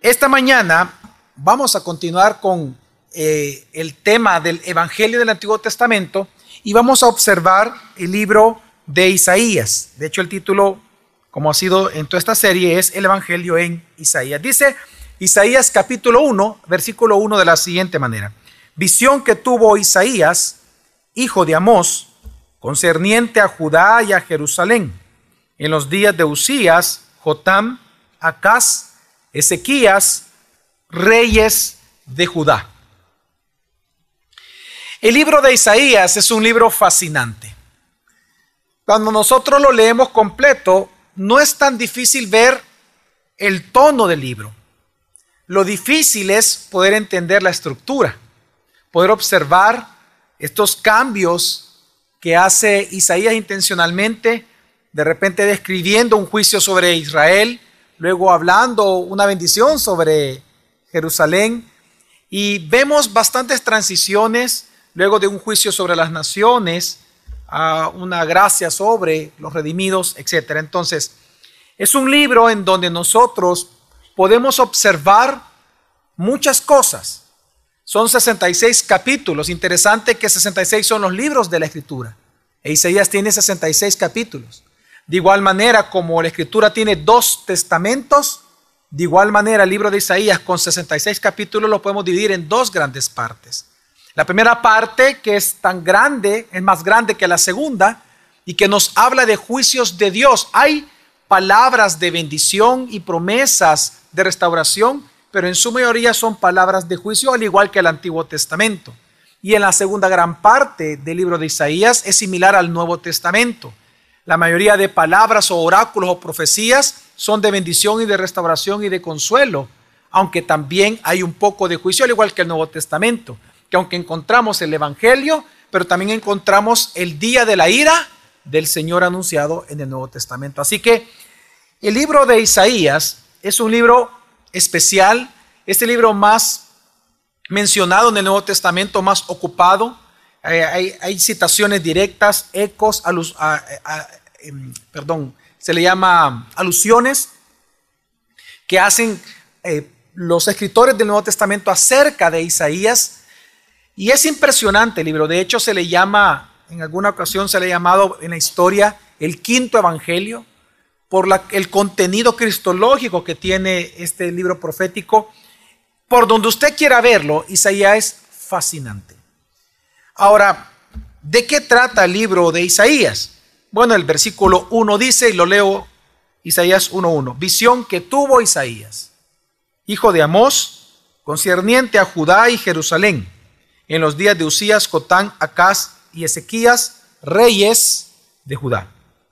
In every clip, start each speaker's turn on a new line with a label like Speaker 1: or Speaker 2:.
Speaker 1: Esta mañana vamos a continuar con el tema del Evangelio del Antiguo Testamento y vamos a observar el libro de Isaías. De hecho, el título, como ha sido en toda esta serie, es el Evangelio en Isaías. Dice Isaías capítulo 1, versículo 1 de la siguiente manera: visión que tuvo Isaías, hijo de Amós, concerniente a Judá y a Jerusalén, en los días de Usías, Jotam, Acaz, Ezequías, reyes de Judá. El libro de Isaías es un libro fascinante. Cuando nosotros lo leemos completo, no es tan difícil ver el tono del libro. Lo difícil es poder entender la estructura, poder observar estos cambios que hace Isaías intencionalmente, de repente describiendo un juicio sobre Israel, luego hablando una bendición sobre Jerusalén, y vemos bastantes transiciones, luego de un juicio sobre las naciones, a una gracia sobre los redimidos, etc. Entonces, es un libro en donde nosotros podemos observar muchas cosas. Son 66 capítulos. Interesante que 66 son los libros de la Escritura. E Isaías tiene 66 capítulos. De igual manera, como la Escritura tiene 2 testamentos, de igual manera el libro de Isaías con 66 capítulos lo podemos dividir en 2 grandes partes. La primera parte, que es tan grande, es más grande que la segunda, y que nos habla de juicios de Dios. Hay palabras de bendición y promesas de restauración, pero en su mayoría son palabras de juicio, al igual que el Antiguo Testamento. Y en la segunda gran parte del libro de Isaías es similar al Nuevo Testamento. La mayoría de palabras o oráculos o profecías son de bendición y de restauración y de consuelo, aunque también hay un poco de juicio, al igual que el Nuevo Testamento, que aunque encontramos el Evangelio, pero también encontramos el día de la ira del Señor anunciado en el Nuevo Testamento. Así que el libro de Isaías es un libro especial, es el libro más mencionado en el Nuevo Testamento, más ocupado. Hay citaciones directas, ecos, se le llama alusiones que hacen los escritores del Nuevo Testamento acerca de Isaías. Y es impresionante el libro. De hecho, se le llama, en alguna ocasión se le ha llamado en la historia el quinto evangelio, por el contenido cristológico que tiene este libro profético. Por donde usted quiera verlo, Isaías es fascinante. Ahora, ¿de qué trata el libro de Isaías? Bueno, el versículo 1 dice, y lo leo, Isaías 1:1, visión que tuvo Isaías, hijo de Amós, concerniente a Judá y Jerusalén, en los días de Usías, Jotam, Acaz y Ezequías, reyes de Judá.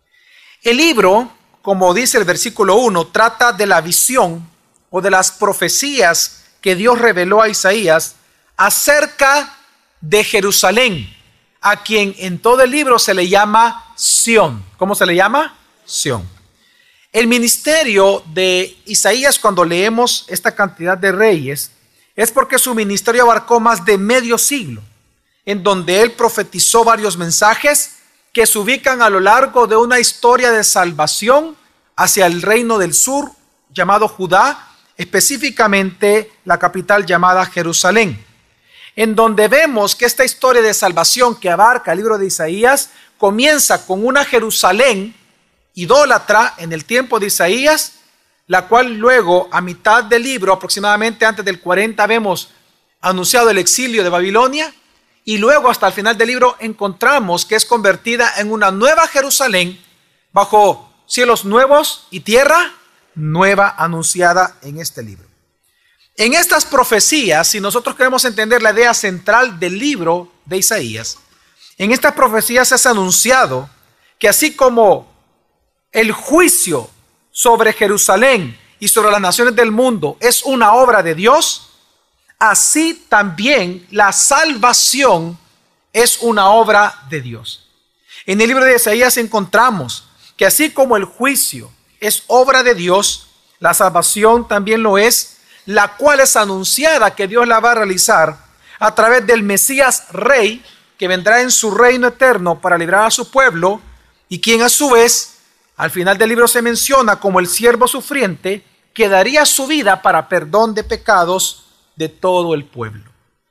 Speaker 1: El libro, como dice el versículo 1, trata de la visión o de las profecías que Dios reveló a Isaías acerca de Jerusalén, a quien en todo el libro se le llama Sión. ¿Cómo se le llama? Sión. El ministerio de Isaías, cuando leemos esta cantidad de reyes, es porque su ministerio abarcó más de medio siglo, en donde él profetizó varios mensajes que se ubican a lo largo de una historia de salvación hacia el reino del sur llamado Judá, específicamente la capital llamada Jerusalén, en donde vemos que esta historia de salvación que abarca el libro de Isaías comienza con una Jerusalén idólatra en el tiempo de Isaías, la cual luego a mitad del libro, aproximadamente antes del 40, vemos anunciado el exilio de Babilonia, y luego hasta el final del libro encontramos que es convertida en una nueva Jerusalén bajo cielos nuevos y tierra nueva anunciada en este libro. En estas profecías, si nosotros queremos entender la idea central del libro de Isaías, en estas profecías es anunciado que así como el juicio sobre Jerusalén y sobre las naciones del mundo es una obra de Dios, así también la salvación es una obra de Dios. En el libro de Isaías encontramos que así como el juicio es obra de Dios, la salvación también lo es, la cual es anunciada que Dios la va a realizar a través del Mesías Rey, que vendrá en su reino eterno para librar a su pueblo, y quien a su vez, al final del libro se menciona como el siervo sufriente, que daría su vida para perdón de pecados de todo el pueblo.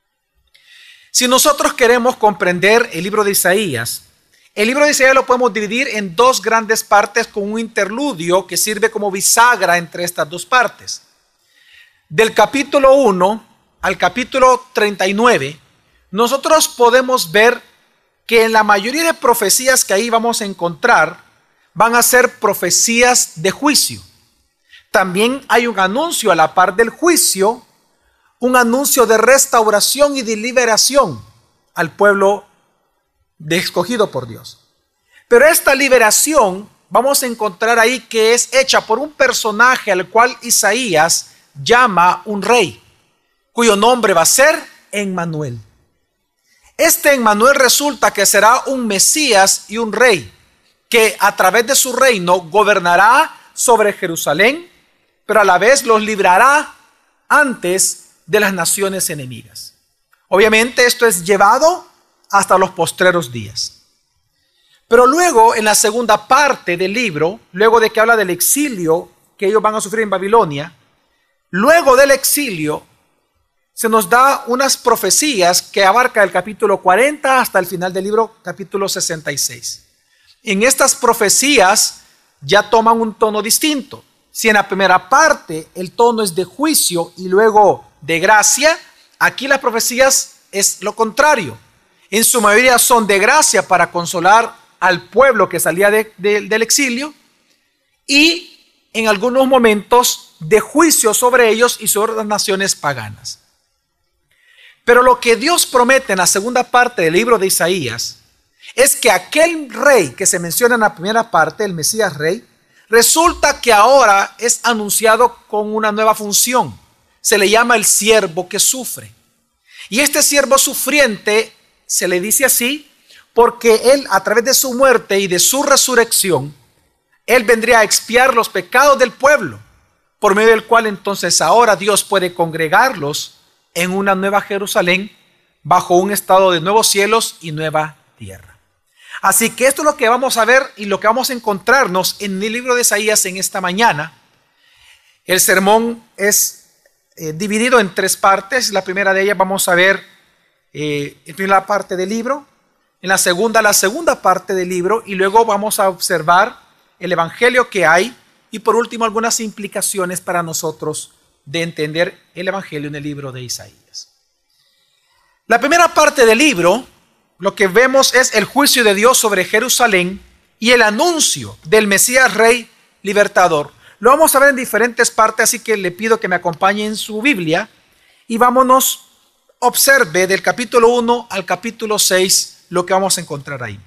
Speaker 1: Si nosotros queremos comprender el libro de Isaías lo podemos dividir en dos grandes partes con un interludio que sirve como bisagra entre estas dos partes. Del capítulo 1 al capítulo 39, nosotros podemos ver que en la mayoría de profecías que ahí vamos a encontrar van a ser profecías de juicio. También hay un anuncio a la par del juicio, un anuncio de restauración y de liberación al pueblo escogido por Dios. Pero esta liberación vamos a encontrar ahí que es hecha por un personaje al cual Isaías llama un rey, cuyo nombre va a ser Emmanuel. Este Emmanuel resulta que será un Mesías y un rey, que a través de su reino gobernará sobre Jerusalén, pero a la vez los librará antes de las naciones enemigas. Obviamente esto es llevado hasta los postreros días. Pero luego, en la segunda parte del libro, luego de que habla del exilio que ellos van a sufrir en Babilonia, luego del exilio se nos da unas profecías que abarca el capítulo 40 hasta el final del libro, capítulo 66. En estas profecías ya toman un tono distinto. Si en la primera parte el tono es de juicio y luego de gracia, aquí las profecías es lo contrario. En su mayoría son de gracia para consolar al pueblo que salía del exilio, y en algunos momentos de juicio sobre ellos y sobre las naciones paganas. Pero lo que Dios promete en la segunda parte del libro de Isaías es que aquel rey que se menciona en la primera parte, el Mesías rey, resulta que ahora es anunciado con una nueva función. Se le llama el siervo que sufre. Y este siervo sufriente se le dice así porque él, a través de su muerte y de su resurrección, él vendría a expiar los pecados del pueblo, por medio del cual entonces ahora Dios puede congregarlos en una nueva Jerusalén, bajo un estado de nuevos cielos y nueva tierra. Así que esto es lo que vamos a ver y lo que vamos a encontrarnos en el libro de Isaías en esta mañana. El sermón es dividido en tres partes. La primera de ellas vamos a ver la primera parte del libro, en la segunda parte del libro, y luego vamos a observar el evangelio que hay, y por último algunas implicaciones para nosotros de entender el evangelio en el libro de Isaías. La primera parte del libro, lo que vemos es el juicio de Dios sobre Jerusalén y el anuncio del Mesías Rey Libertador. Lo vamos a ver en diferentes partes, así que le pido que me acompañe en su Biblia y vámonos, observe del capítulo 1 al capítulo 6 lo que vamos a encontrar ahí.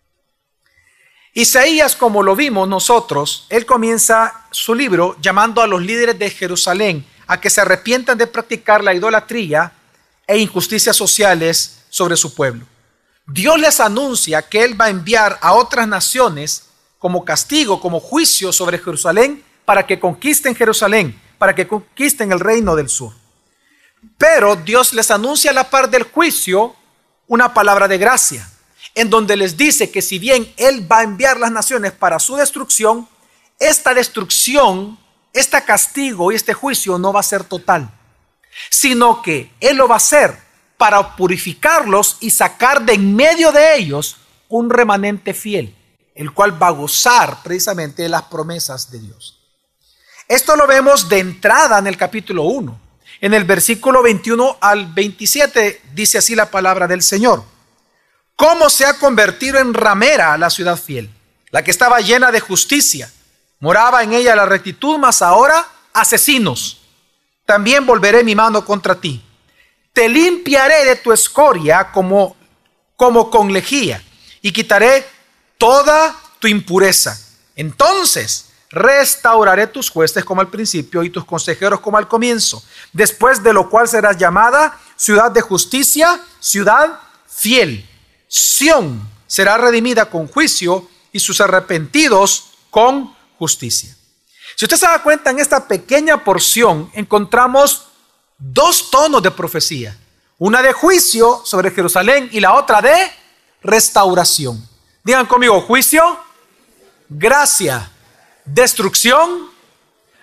Speaker 1: Isaías, como lo vimos nosotros, él comienza su libro llamando a los líderes de Jerusalén a que se arrepientan de practicar la idolatría e injusticias sociales sobre su pueblo. Dios les anuncia que él va a enviar a otras naciones como castigo, como juicio sobre Jerusalén, para que conquisten Jerusalén, para que conquisten el reino del sur. Pero Dios les anuncia a la par del juicio una palabra de gracia, en donde les dice que si bien él va a enviar las naciones para su destrucción, esta destrucción, este castigo y este juicio no va a ser total, sino que él lo va a hacer para purificarlos y sacar de en medio de ellos un remanente fiel, el cual va a gozar precisamente de las promesas de Dios. Esto lo vemos de entrada en el capítulo 1. En el versículo 21 al 27 dice así la palabra del Señor. ¿Cómo se ha convertido en ramera la ciudad fiel? La que estaba llena de justicia. Moraba en ella la rectitud, mas ahora asesinos. También volveré mi mano contra ti. Te limpiaré de tu escoria como con lejía y quitaré toda tu impureza. Entonces restauraré tus jueces como al principio y tus consejeros como al comienzo. Después de lo cual serás llamada ciudad de justicia, ciudad fiel. Sión será redimida con juicio y sus arrepentidos con justicia. Si usted se da cuenta, en esta pequeña porción encontramos dos tonos de profecía. Una de juicio sobre Jerusalén y la otra de restauración. Digan conmigo: juicio, gracia, destrucción,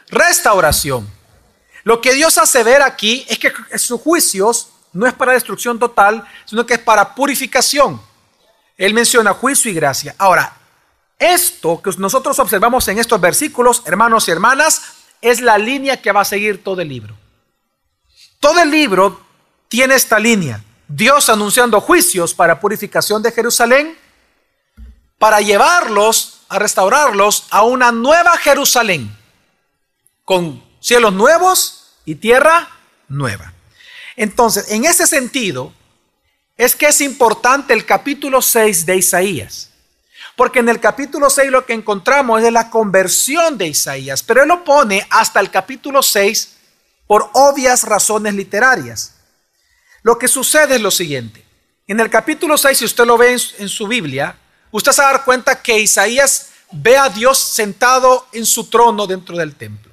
Speaker 1: restauración. Lo que Dios hace ver aquí es que sus juicios no es para destrucción total, sino que es para purificación. Él menciona juicio y gracia. Ahora, esto que nosotros observamos en estos versículos, hermanos y hermanas, es la línea que va a seguir todo el libro. Todo el libro tiene esta línea. Dios anunciando juicios para purificación de Jerusalén, para llevarlos, a restaurarlos a una nueva Jerusalén, con cielos nuevos y tierra nueva. Entonces, en ese sentido, es que es importante el capítulo 6 de Isaías. Porque en el capítulo 6 lo que encontramos es la conversión de Isaías. Pero él lo pone hasta el capítulo 6 por obvias razones literarias. Lo que sucede es lo siguiente. En el capítulo 6, si usted lo ve en su Biblia, usted se va a dar cuenta que Isaías ve a Dios sentado en su trono dentro del templo.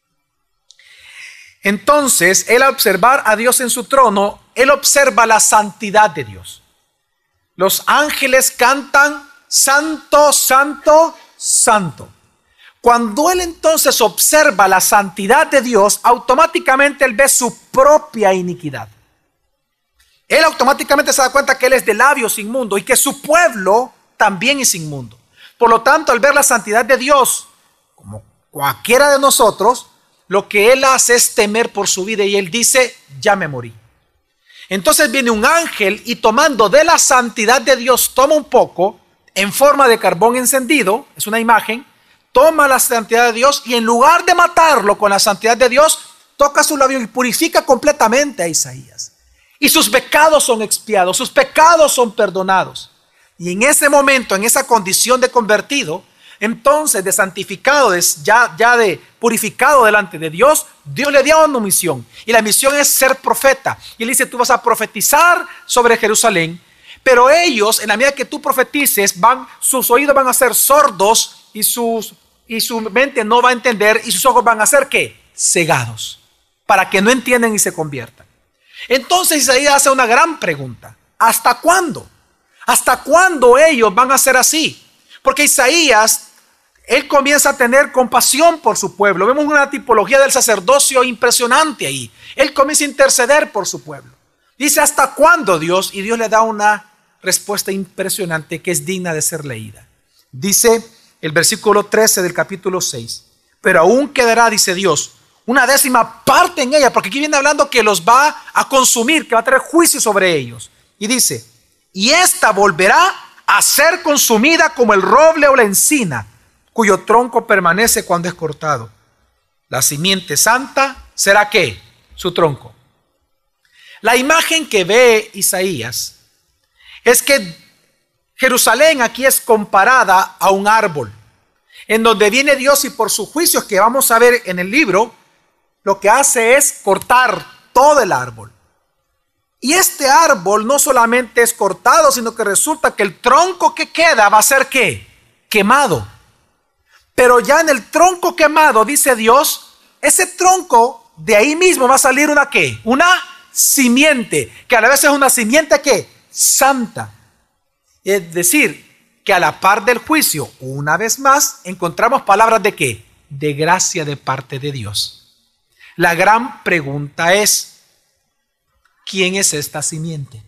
Speaker 1: Entonces, él al observar a Dios en su trono, él observa la santidad de Dios. Los ángeles cantan, santo, santo, santo. Cuando él entonces observa la santidad de Dios, automáticamente él ve su propia iniquidad. Él automáticamente se da cuenta que él es de labios inmundos y que su pueblo también es inmundo. Por lo tanto, al ver la santidad de Dios, como cualquiera de nosotros, lo que él hace es temer por su vida y él dice, ya me morí. Entonces viene un ángel y tomando de la santidad de Dios, toma un poco en forma de carbón encendido, es una imagen, toma la santidad de Dios y en lugar de matarlo con la santidad de Dios, toca su labio y purifica completamente a Isaías. Y sus pecados son expiados, sus pecados son perdonados. Y en ese momento, en esa condición de convertido, entonces de santificado, ya de purificado delante de Dios, Dios le dio una misión. Y la misión es ser profeta. Y él dice, tú vas a profetizar sobre Jerusalén. Pero ellos, en la medida que tú profetices, sus oídos van a ser sordos y su mente no va a entender y sus ojos van a ser ¿qué? Cegados, para que no entiendan y se conviertan. Entonces Isaías hace una gran pregunta. ¿Hasta cuándo? ¿Hasta cuándo ellos van a ser así? Porque Isaías, él comienza a tener compasión por su pueblo. Vemos una tipología del sacerdocio impresionante ahí. Él comienza a interceder por su pueblo. Dice, ¿hasta cuándo, Dios? Y Dios le da una respuesta impresionante que es digna de ser leída. Dice el versículo 13 del capítulo 6. Pero aún quedará, dice Dios, una 10ª parte en ella, porque aquí viene hablando que los va a consumir, que va a traer juicio sobre ellos. Y dice, y esta volverá a ser consumida como el roble o la encina, cuyo tronco permanece cuando es cortado. La simiente santa será ¿qué? Su tronco. La imagen que ve Isaías es que Jerusalén aquí es comparada a un árbol, en donde viene Dios y por sus juicios que vamos a ver en el libro, lo que hace es cortar todo el árbol. Y este árbol no solamente es cortado, sino que resulta que el tronco que queda va a ser ¿qué? Quemado. Pero ya en el tronco quemado, dice Dios, ese tronco de ahí mismo va a salir una ¿qué? Una simiente, que a la vez es una simiente ¿qué? Santa. Es decir, que a la par del juicio, una vez más, encontramos palabras de ¿qué? De gracia de parte de Dios. La gran pregunta es, ¿quién es esta simiente?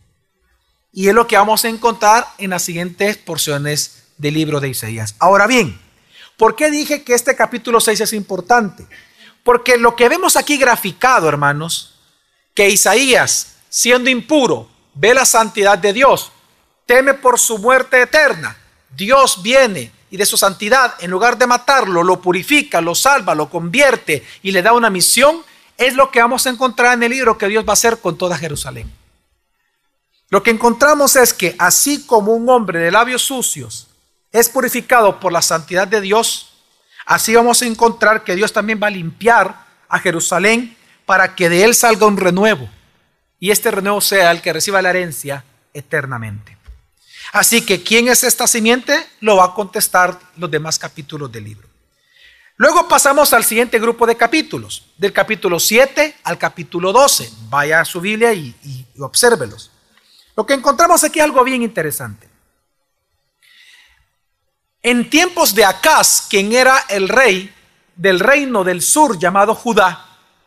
Speaker 1: Y es lo que vamos a encontrar en las siguientes porciones del libro de Isaías. Ahora bien, ¿por qué dije que este capítulo 6 es importante? Porque lo que vemos aquí graficado, hermanos, que Isaías, siendo impuro, ve la santidad de Dios, teme por su muerte eterna. Dios viene y de su santidad, en lugar de matarlo, lo purifica, lo salva, lo convierte y le da una misión. Es lo que vamos a encontrar en el libro que Dios va a hacer con toda Jerusalén. Lo que encontramos es que así como un hombre de labios sucios es purificado por la santidad de Dios, así vamos a encontrar que Dios también va a limpiar a Jerusalén para que de él salga un renuevo. Y este renuevo sea el que reciba la herencia eternamente. Así que, ¿quién es esta simiente? Lo va a contestar los demás capítulos del libro. Luego pasamos al siguiente grupo de capítulos, del capítulo 7 al capítulo 12. Vaya a su Biblia y obsérvelos. Lo que encontramos aquí es algo bien interesante. En tiempos de Acaz, quien era el rey del reino del sur llamado Judá.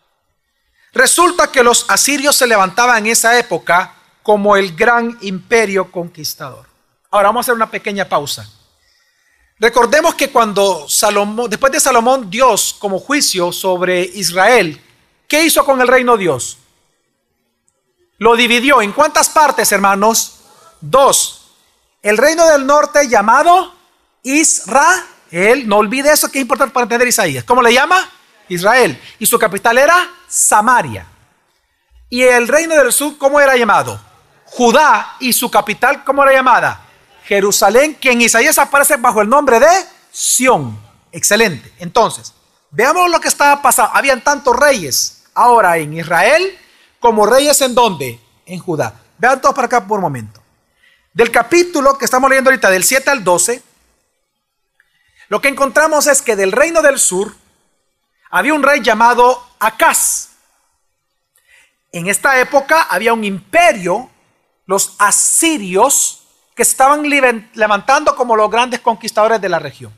Speaker 1: Resulta que los asirios se levantaban en esa época como el gran imperio conquistador. Ahora vamos a hacer una pequeña pausa. Recordemos que cuando después de Salomón, Dios como juicio sobre Israel, ¿qué hizo con el reino Dios? Lo dividió. ¿En cuántas partes, hermanos? 2. El reino del norte llamado Israel. No olvide eso, que es importante para entender Isaías. ¿Cómo le llama? Israel. Y su capital era Samaria. Y el reino del sur, ¿cómo era llamado? Judá. Y su capital, ¿cómo era llamada? Jerusalén, que en Isaías aparece bajo el nombre de Sión. Excelente. Entonces, veamos lo que estaba pasando. Habían tantos reyes ahora en Israel como reyes en ¿dónde? En Judá. Vean todos para acá por un momento. Del capítulo que estamos leyendo ahorita, del 7 al 12, lo que encontramos es que del reino del sur había un rey llamado Acaz. En esta época había un imperio, los asirios, que estaban levantando como los grandes conquistadores de la región.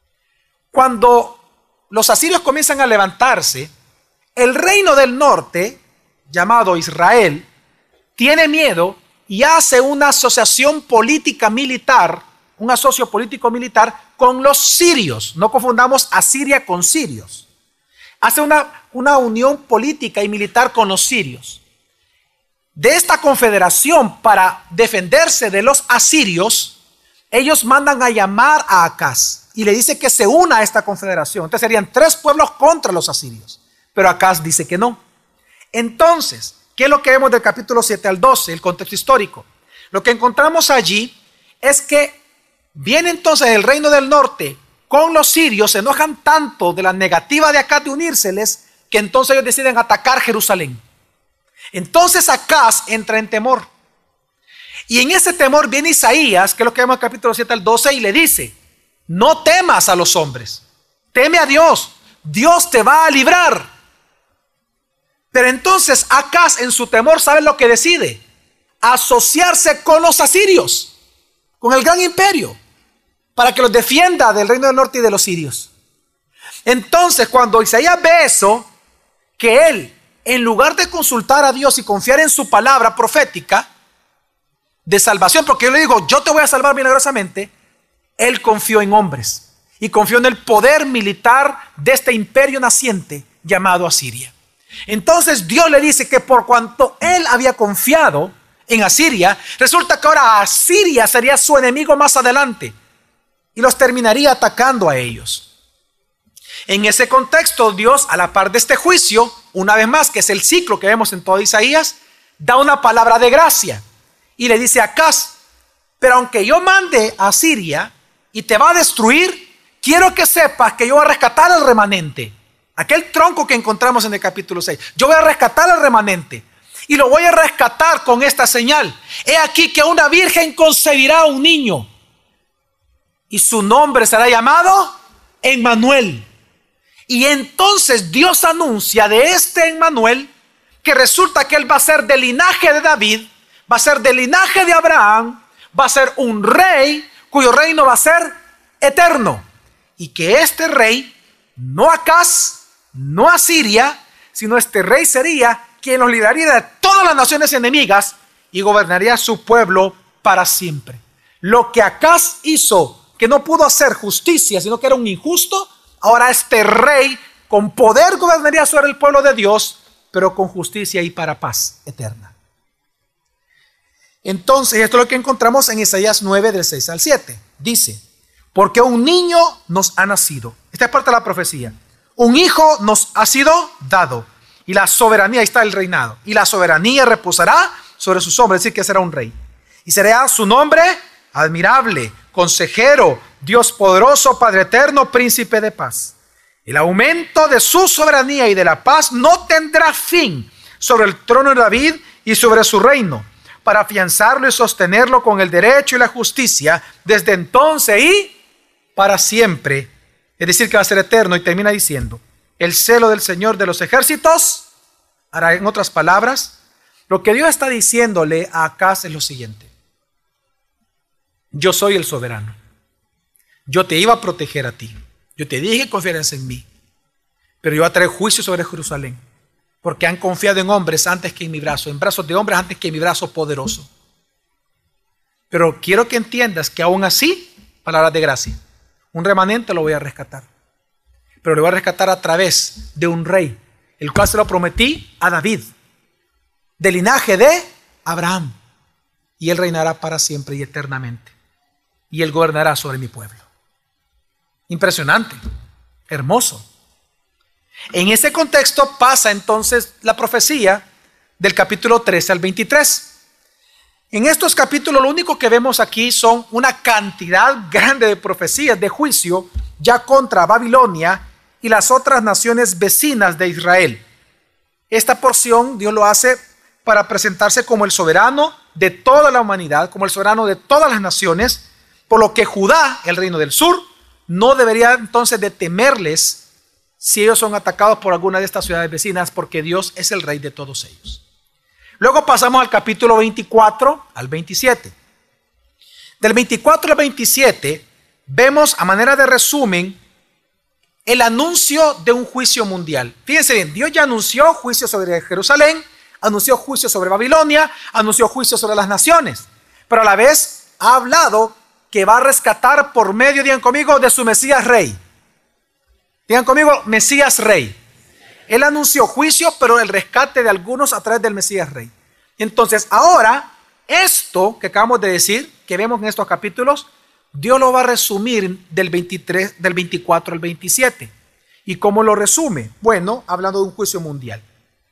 Speaker 1: Cuando los asirios comienzan a levantarse, el reino del norte, llamado Israel, tiene miedo y hace una asociación política militar, un asocio político militar con los sirios. No confundamos Asiria con sirios. Hace una unión política y militar con los sirios. De esta confederación, para defenderse de los asirios, ellos mandan a llamar a Acaz y le dice que se una a esta confederación. Entonces serían 3 pueblos contra los asirios, pero Acaz dice que no. Entonces, ¿qué es lo que vemos del capítulo 7 al 12? El contexto histórico. Lo que encontramos allí es que viene entonces el reino del norte con los sirios, se enojan tanto de la negativa de Acaz de unírseles, que entonces ellos deciden atacar Jerusalén. Entonces Acaz entra en temor. Y en ese temor viene Isaías, que es lo que vemos en el capítulo 7 al 12, y le dice: no temas a los hombres, teme a Dios, Dios te va a librar. Pero entonces Acaz en su temor, ¿sabe lo que decide? Asociarse con los asirios, con el gran imperio, para que los defienda del reino del norte y de los sirios. Entonces cuando Isaías ve eso, que él, en lugar de consultar a Dios y confiar en su palabra profética de salvación, porque yo le digo, yo te voy a salvar milagrosamente, él confió en hombres y confió en el poder militar de este imperio naciente llamado Asiria. Entonces Dios le dice que por cuanto él había confiado en Asiria, resulta que ahora Asiria sería su enemigo más adelante y los terminaría atacando a ellos. En ese contexto, Dios, a la par de este juicio, una vez más, que es el ciclo que vemos en todo Isaías, da una palabra de gracia y le dice a Acaz: pero aunque yo mande a Asiria y te va a destruir, quiero que sepas que yo voy a rescatar al remanente, aquel tronco que encontramos en el capítulo 6. Yo voy a rescatar al remanente y lo voy a rescatar con esta señal: he aquí que una virgen concebirá un niño y su nombre será llamado Emmanuel. Y entonces Dios anuncia de este Emmanuel que resulta que él va a ser del linaje de David, va a ser del linaje de Abraham, va a ser un rey cuyo reino va a ser eterno. Y que este rey, no Acaz, no Asiria, sino este rey sería quien los libraría de todas las naciones enemigas y gobernaría su pueblo para siempre. Lo que Acaz hizo, que no pudo hacer justicia, sino que era un injusto, ahora este rey con poder gobernaría sobre el pueblo de Dios, pero con justicia y para paz eterna. Entonces, esto es lo que encontramos en Isaías 9, del 6 al 7. Dice: porque un niño nos ha nacido. Esta es parte de la profecía. Un hijo nos ha sido dado. Y la soberanía, ahí está el reinado. Y la soberanía reposará sobre sus hombros, es decir, que será un rey. Y será su nombre admirable, consejero, Dios poderoso, Padre eterno, príncipe de paz. El aumento de su soberanía y de la paz no tendrá fin sobre el trono de David y sobre su reino, para afianzarlo y sostenerlo con el derecho y la justicia desde entonces y para siempre. Es decir, que va a ser eterno. Y termina diciendo: el celo del Señor de los ejércitos hará, en otras palabras, lo que Dios está diciéndole a Acaz es lo siguiente: yo soy el soberano. Yo te iba a proteger a ti. Yo te dije que confiaras en mí. pero yo voy a traer juicio sobre Jerusalén, porque han confiado en hombres antes que en mi brazo, en brazos de hombres antes que en mi brazo poderoso. Pero quiero que entiendas que aún así, palabras de gracia, un remanente lo voy a rescatar, pero lo voy a rescatar a través de un rey, el cual se lo prometí a David, del linaje de Abraham, y él reinará para siempre y eternamente, y él gobernará sobre mi pueblo. Impresionante, hermoso. En ese contexto pasa entonces la profecía del capítulo 13 al 23. En estos capítulos lo único que vemos aquí son una cantidad grande de profecías de juicio ya contra Babilonia y las otras naciones vecinas de Israel. Esta porción Dios lo hace para presentarse como el soberano de toda la humanidad, como el soberano de todas las naciones, por lo que Judá, el reino del sur, no debería entonces de temerles si ellos son atacados por alguna de estas ciudades vecinas, porque Dios es el rey de todos ellos. Luego pasamos al capítulo 24 al 27. Del 24 al 27 vemos a manera de resumen el anuncio de un juicio mundial. Fíjense bien, Dios ya anunció juicio sobre Jerusalén, anunció juicio sobre Babilonia, anunció juicio sobre las naciones, pero a la vez ha hablado que va a rescatar por medio, digan conmigo, de su Mesías Rey. Digan conmigo, Mesías Rey. Él anunció juicio, pero el rescate de algunos a través del Mesías Rey. Entonces, ahora, esto que acabamos de decir, que vemos en estos capítulos, Dios lo va a resumir del 24 al 27. ¿Y cómo lo resume? Bueno, hablando de un juicio mundial.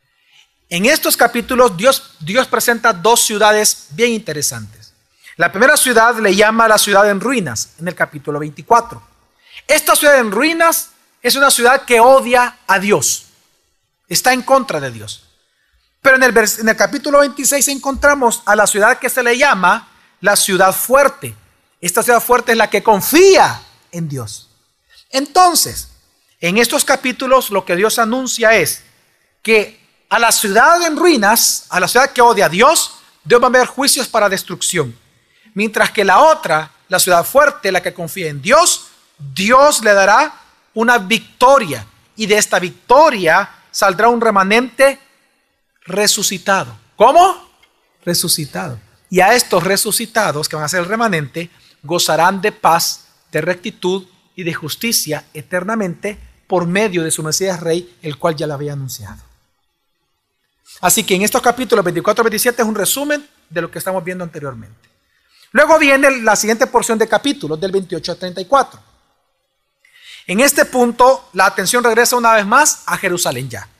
Speaker 1: En estos capítulos, Dios presenta dos ciudades bien interesantes. La primera ciudad le llama la ciudad en ruinas, en el capítulo 24. Esta ciudad en ruinas es una ciudad que odia a Dios. Está en contra de Dios. Pero en el capítulo 26 encontramos a la ciudad que se le llama la ciudad fuerte. Esta ciudad fuerte es la que confía en Dios. Entonces, en estos capítulos lo que Dios anuncia es que a la ciudad en ruinas, a la ciudad que odia a Dios, Dios va a enviar juicios para destrucción. Mientras que la otra, la ciudad fuerte, la que confía en Dios, Dios le dará una victoria. Y de esta victoria saldrá un remanente resucitado. ¿Cómo? Resucitado. Y a estos resucitados, que van a ser el remanente, gozarán de paz, de rectitud y de justicia eternamente por medio de su Mesías Rey, el cual ya lo había anunciado. Así que en estos capítulos 24 y 27 es un resumen de lo que estamos viendo anteriormente. Luego viene la siguiente porción de capítulos, del 28 al 34. En este punto, la atención regresa una vez más a Jerusalén ya.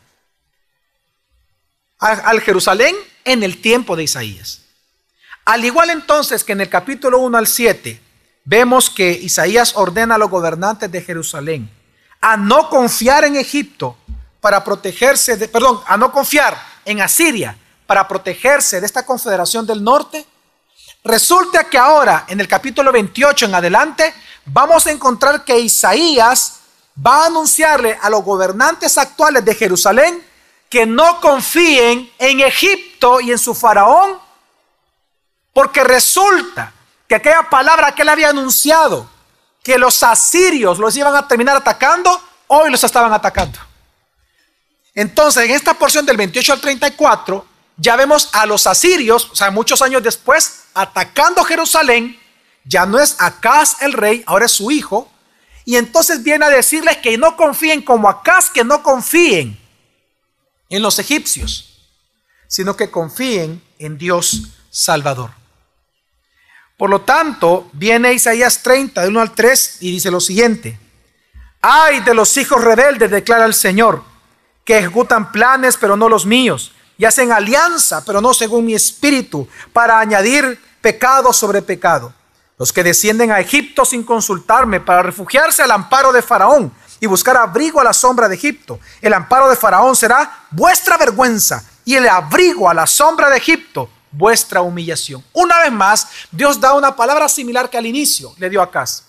Speaker 1: Al Jerusalén en el tiempo de Isaías. Al igual entonces que en el capítulo 1 al 7, vemos que Isaías ordena a los gobernantes de Jerusalén a no confiar en Egipto para protegerse a no confiar en Asiria para protegerse de esta confederación del norte. Resulta que ahora, en el capítulo 28 en adelante, vamos a encontrar que Isaías va a anunciarle a los gobernantes actuales de Jerusalén que no confíen en Egipto y en su faraón, porque resulta que aquella palabra que él había anunciado, que los asirios los iban a terminar atacando, hoy los estaban atacando. Entonces, en esta porción del 28 al 34, ya vemos a los asirios, o sea, muchos años después, atacando Jerusalén. Ya no es Acaz el rey, ahora es su hijo. Y entonces viene a decirles que no confíen como Acaz, que no confíen en los egipcios, sino que confíen en Dios Salvador. Por lo tanto, viene Isaías 30, de 1 al 3, y dice lo siguiente: ay de los hijos rebeldes, declara el Señor, que ejecutan planes, pero no los míos, y hacen alianza, pero no según mi espíritu, para añadir pecado sobre pecado. Los que descienden a Egipto sin consultarme, para refugiarse al amparo de Faraón y buscar abrigo a la sombra de Egipto. El amparo de Faraón será vuestra vergüenza, y el abrigo a la sombra de Egipto, vuestra humillación. Una vez más, Dios da una palabra similar que al inicio le dio a Acaz.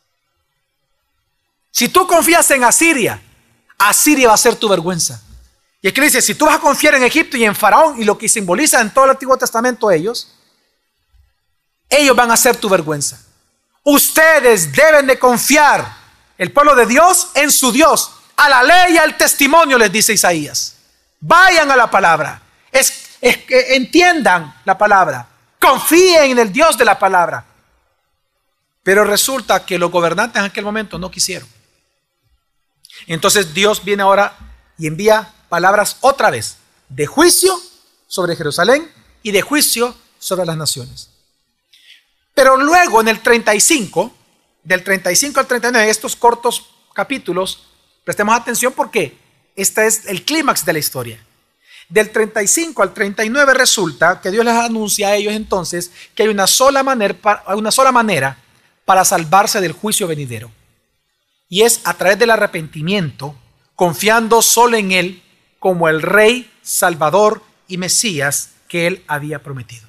Speaker 1: Si tú confías en Asiria, Asiria va a ser tu vergüenza. Y aquí le dice, si tú vas a confiar en Egipto y en Faraón, y lo que simboliza en todo el Antiguo Testamento ellos van a ser tu vergüenza. Ustedes deben de confiar, el pueblo de Dios, en su Dios. a la ley y al testimonio, les dice Isaías. Vayan a la palabra. Que entiendan la palabra. Confíen en el Dios de la palabra. Pero resulta que los gobernantes en aquel momento no quisieron. Entonces Dios viene ahora y envía palabras otra vez de juicio sobre Jerusalén y de juicio sobre las naciones. Pero luego en el 35, del 35 al 39, estos cortos capítulos, prestemos atención porque este es el clímax de la historia. Del 35 al 39 resulta que Dios les anuncia a ellos entonces que hay una sola manera para salvarse del juicio venidero. Y es a través del arrepentimiento, confiando solo en Él como el Rey, Salvador y Mesías que Él había prometido.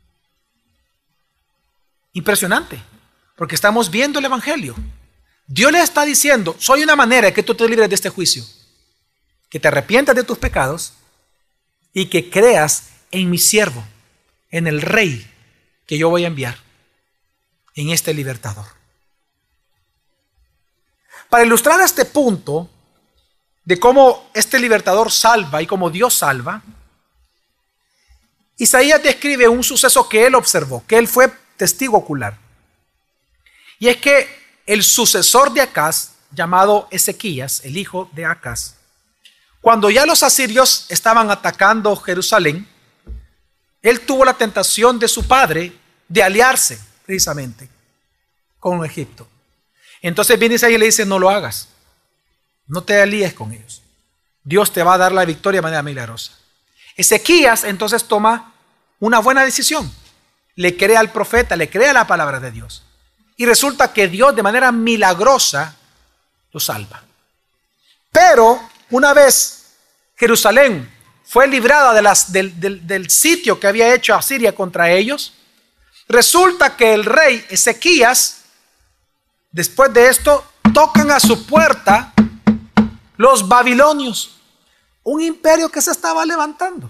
Speaker 1: Impresionante, porque estamos viendo el Evangelio. Dios le está diciendo, soy una manera de que tú te libres de este juicio, que te arrepientas de tus pecados y que creas en mi siervo, en el Rey que yo voy a enviar, en este libertador. Para ilustrar este punto de cómo este libertador salva y cómo Dios salva, Isaías describe un suceso que él observó, que él fue testigo ocular. Y es que el sucesor de Acaz, llamado Ezequías, el hijo de Acaz, cuando ya los asirios estaban atacando Jerusalén, él tuvo la tentación de su padre de aliarse precisamente con Egipto. Entonces viene Isaías y le dice, no lo hagas, no te alíes con ellos. Dios te va a dar la victoria de manera milagrosa. Ezequías entonces toma una buena decisión. Le cree al profeta, le cree a la palabra de Dios. Y resulta que Dios de manera milagrosa lo salva. Pero una vez Jerusalén fue librada del sitio que había hecho Asiria contra ellos, resulta que el rey Ezequías, después de esto, tocan a su puerta los babilonios, un imperio que se estaba levantando.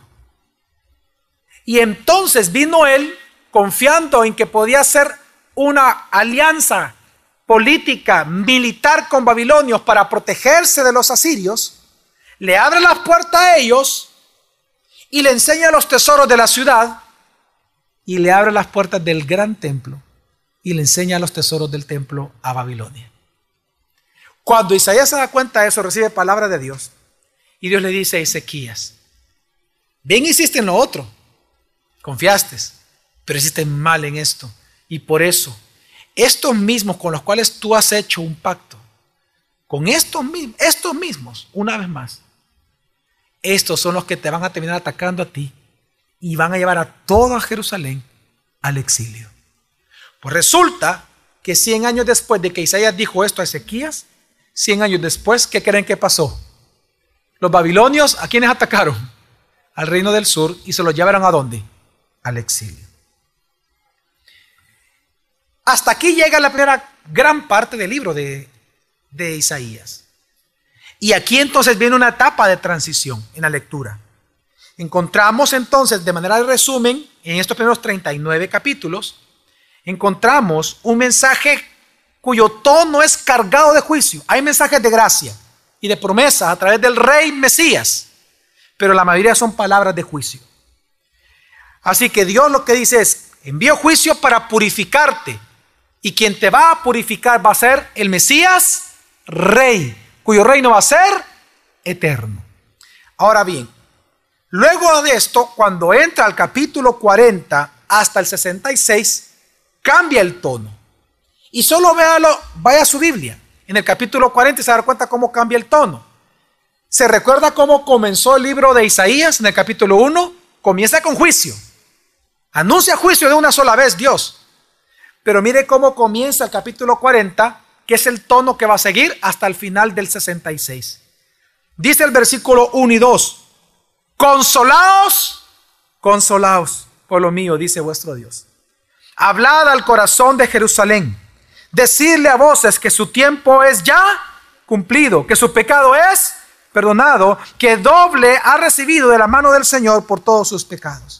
Speaker 1: Y entonces vino él confiando en que podía ser una alianza política, militar con babilonios para protegerse de los asirios, le abre las puertas a ellos y le enseña los tesoros de la ciudad y le abre las puertas del gran templo y le enseña los tesoros del templo a Babilonia. Cuando Isaías se da cuenta de eso, recibe palabra de Dios y Dios le dice a Ezequías, bien hiciste en lo otro, confiaste, pero hiciste mal en esto. Y por eso, estos mismos con los cuales tú has hecho un pacto, con estos mismos, una vez más, estos son los que te van a terminar atacando a ti y van a llevar a toda Jerusalén al exilio. Pues resulta que 100 años después de que Isaías dijo esto a Ezequías, 100 años después, ¿qué creen que pasó? Los babilonios, ¿a quiénes atacaron? Al reino del sur y se los llevaron ¿a dónde? Al exilio. Hasta aquí llega la primera gran parte del libro de Isaías. Y aquí entonces viene una etapa de transición en la lectura. Encontramos entonces, de manera de resumen, en estos primeros 39 capítulos, encontramos un mensaje cuyo tono es cargado de juicio. Hay mensajes de gracia y de promesa a través del rey Mesías, pero la mayoría son palabras de juicio. Así que Dios lo que dice es, envío juicio para purificarte. Y quien te va a purificar va a ser el Mesías, rey, cuyo reino va a ser eterno. Ahora bien, luego de esto, cuando entra al capítulo 40 hasta el 66, cambia el tono. Y solo vaya a su Biblia. En el capítulo 40 se da cuenta cómo cambia el tono. ¿Se recuerda cómo comenzó el libro de Isaías? En el capítulo 1, comienza con juicio. Anuncia juicio de una sola vez Dios. Pero mire cómo comienza el capítulo 40, que es el tono que va a seguir hasta el final del 66. Dice el versículo 1 y 2, consolaos, consolaos, pueblo mío, dice vuestro Dios. Hablad al corazón de Jerusalén, decirle a voces que su tiempo es ya cumplido, que su pecado es perdonado, que doble ha recibido de la mano del Señor por todos sus pecados.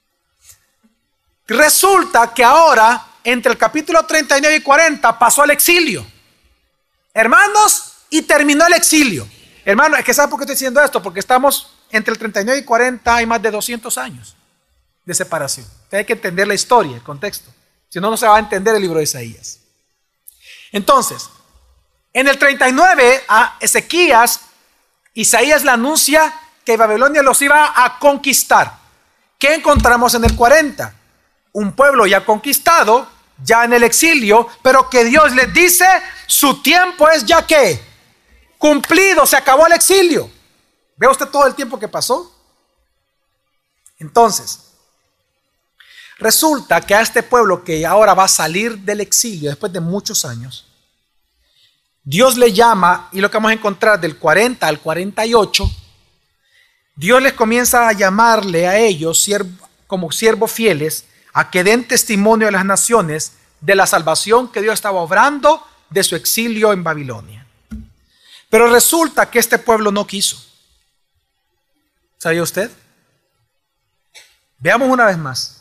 Speaker 1: Resulta que ahora, entre el capítulo 39 y 40, pasó al exilio. Hermanos, y terminó el exilio. Hermano, es que ¿sabe por qué estoy diciendo esto? Porque estamos entre el 39 y 40, hay más de 200 años de separación. Hay que entender la historia, el contexto. Si no, no se va a entender el libro de Isaías. Entonces, en el 39 a Ezequías, Isaías le anuncia que Babilonia los iba a conquistar. ¿Qué encontramos en el 40? Un pueblo ya conquistado, ya en el exilio, pero que Dios les dice, su tiempo es ya que cumplido, se acabó el exilio. ¿Ve usted todo el tiempo que pasó? Entonces, resulta que a este pueblo que ahora va a salir del exilio después de muchos años, Dios le llama, y lo que vamos a encontrar del 40 al 48, Dios les comienza a llamarle a ellos como siervos fieles a que den testimonio a las naciones de la salvación que Dios estaba obrando de su exilio en Babilonia. Pero resulta que este pueblo no quiso. ¿Sabía usted? Veamos una vez más.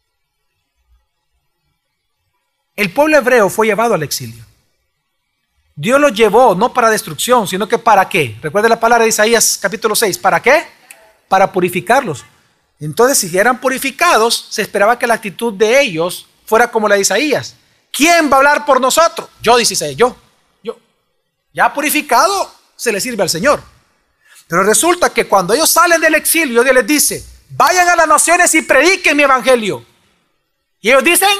Speaker 1: El pueblo hebreo fue llevado al exilio. Dios los llevó no para destrucción, sino que ¿para qué? Recuerde la palabra de Isaías capítulo 6. ¿Para qué? Para purificarlos. Entonces, si eran purificados, se esperaba que la actitud de ellos fuera como la de Isaías. ¿Quién va a hablar por nosotros? Yo, dice Isaías, yo. Ya purificado, se le sirve al Señor. Pero resulta que cuando ellos salen del exilio, Dios les dice, vayan a las naciones y prediquen mi evangelio. Y ellos dicen,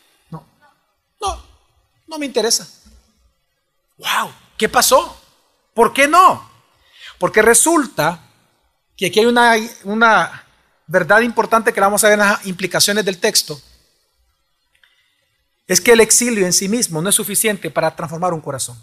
Speaker 1: no me interesa. Wow, ¿qué pasó? ¿Por qué no? Porque resulta que aquí hay una verdad importante que la vamos a ver en las implicaciones del texto. Es que el exilio en sí mismo no es suficiente para transformar un corazón.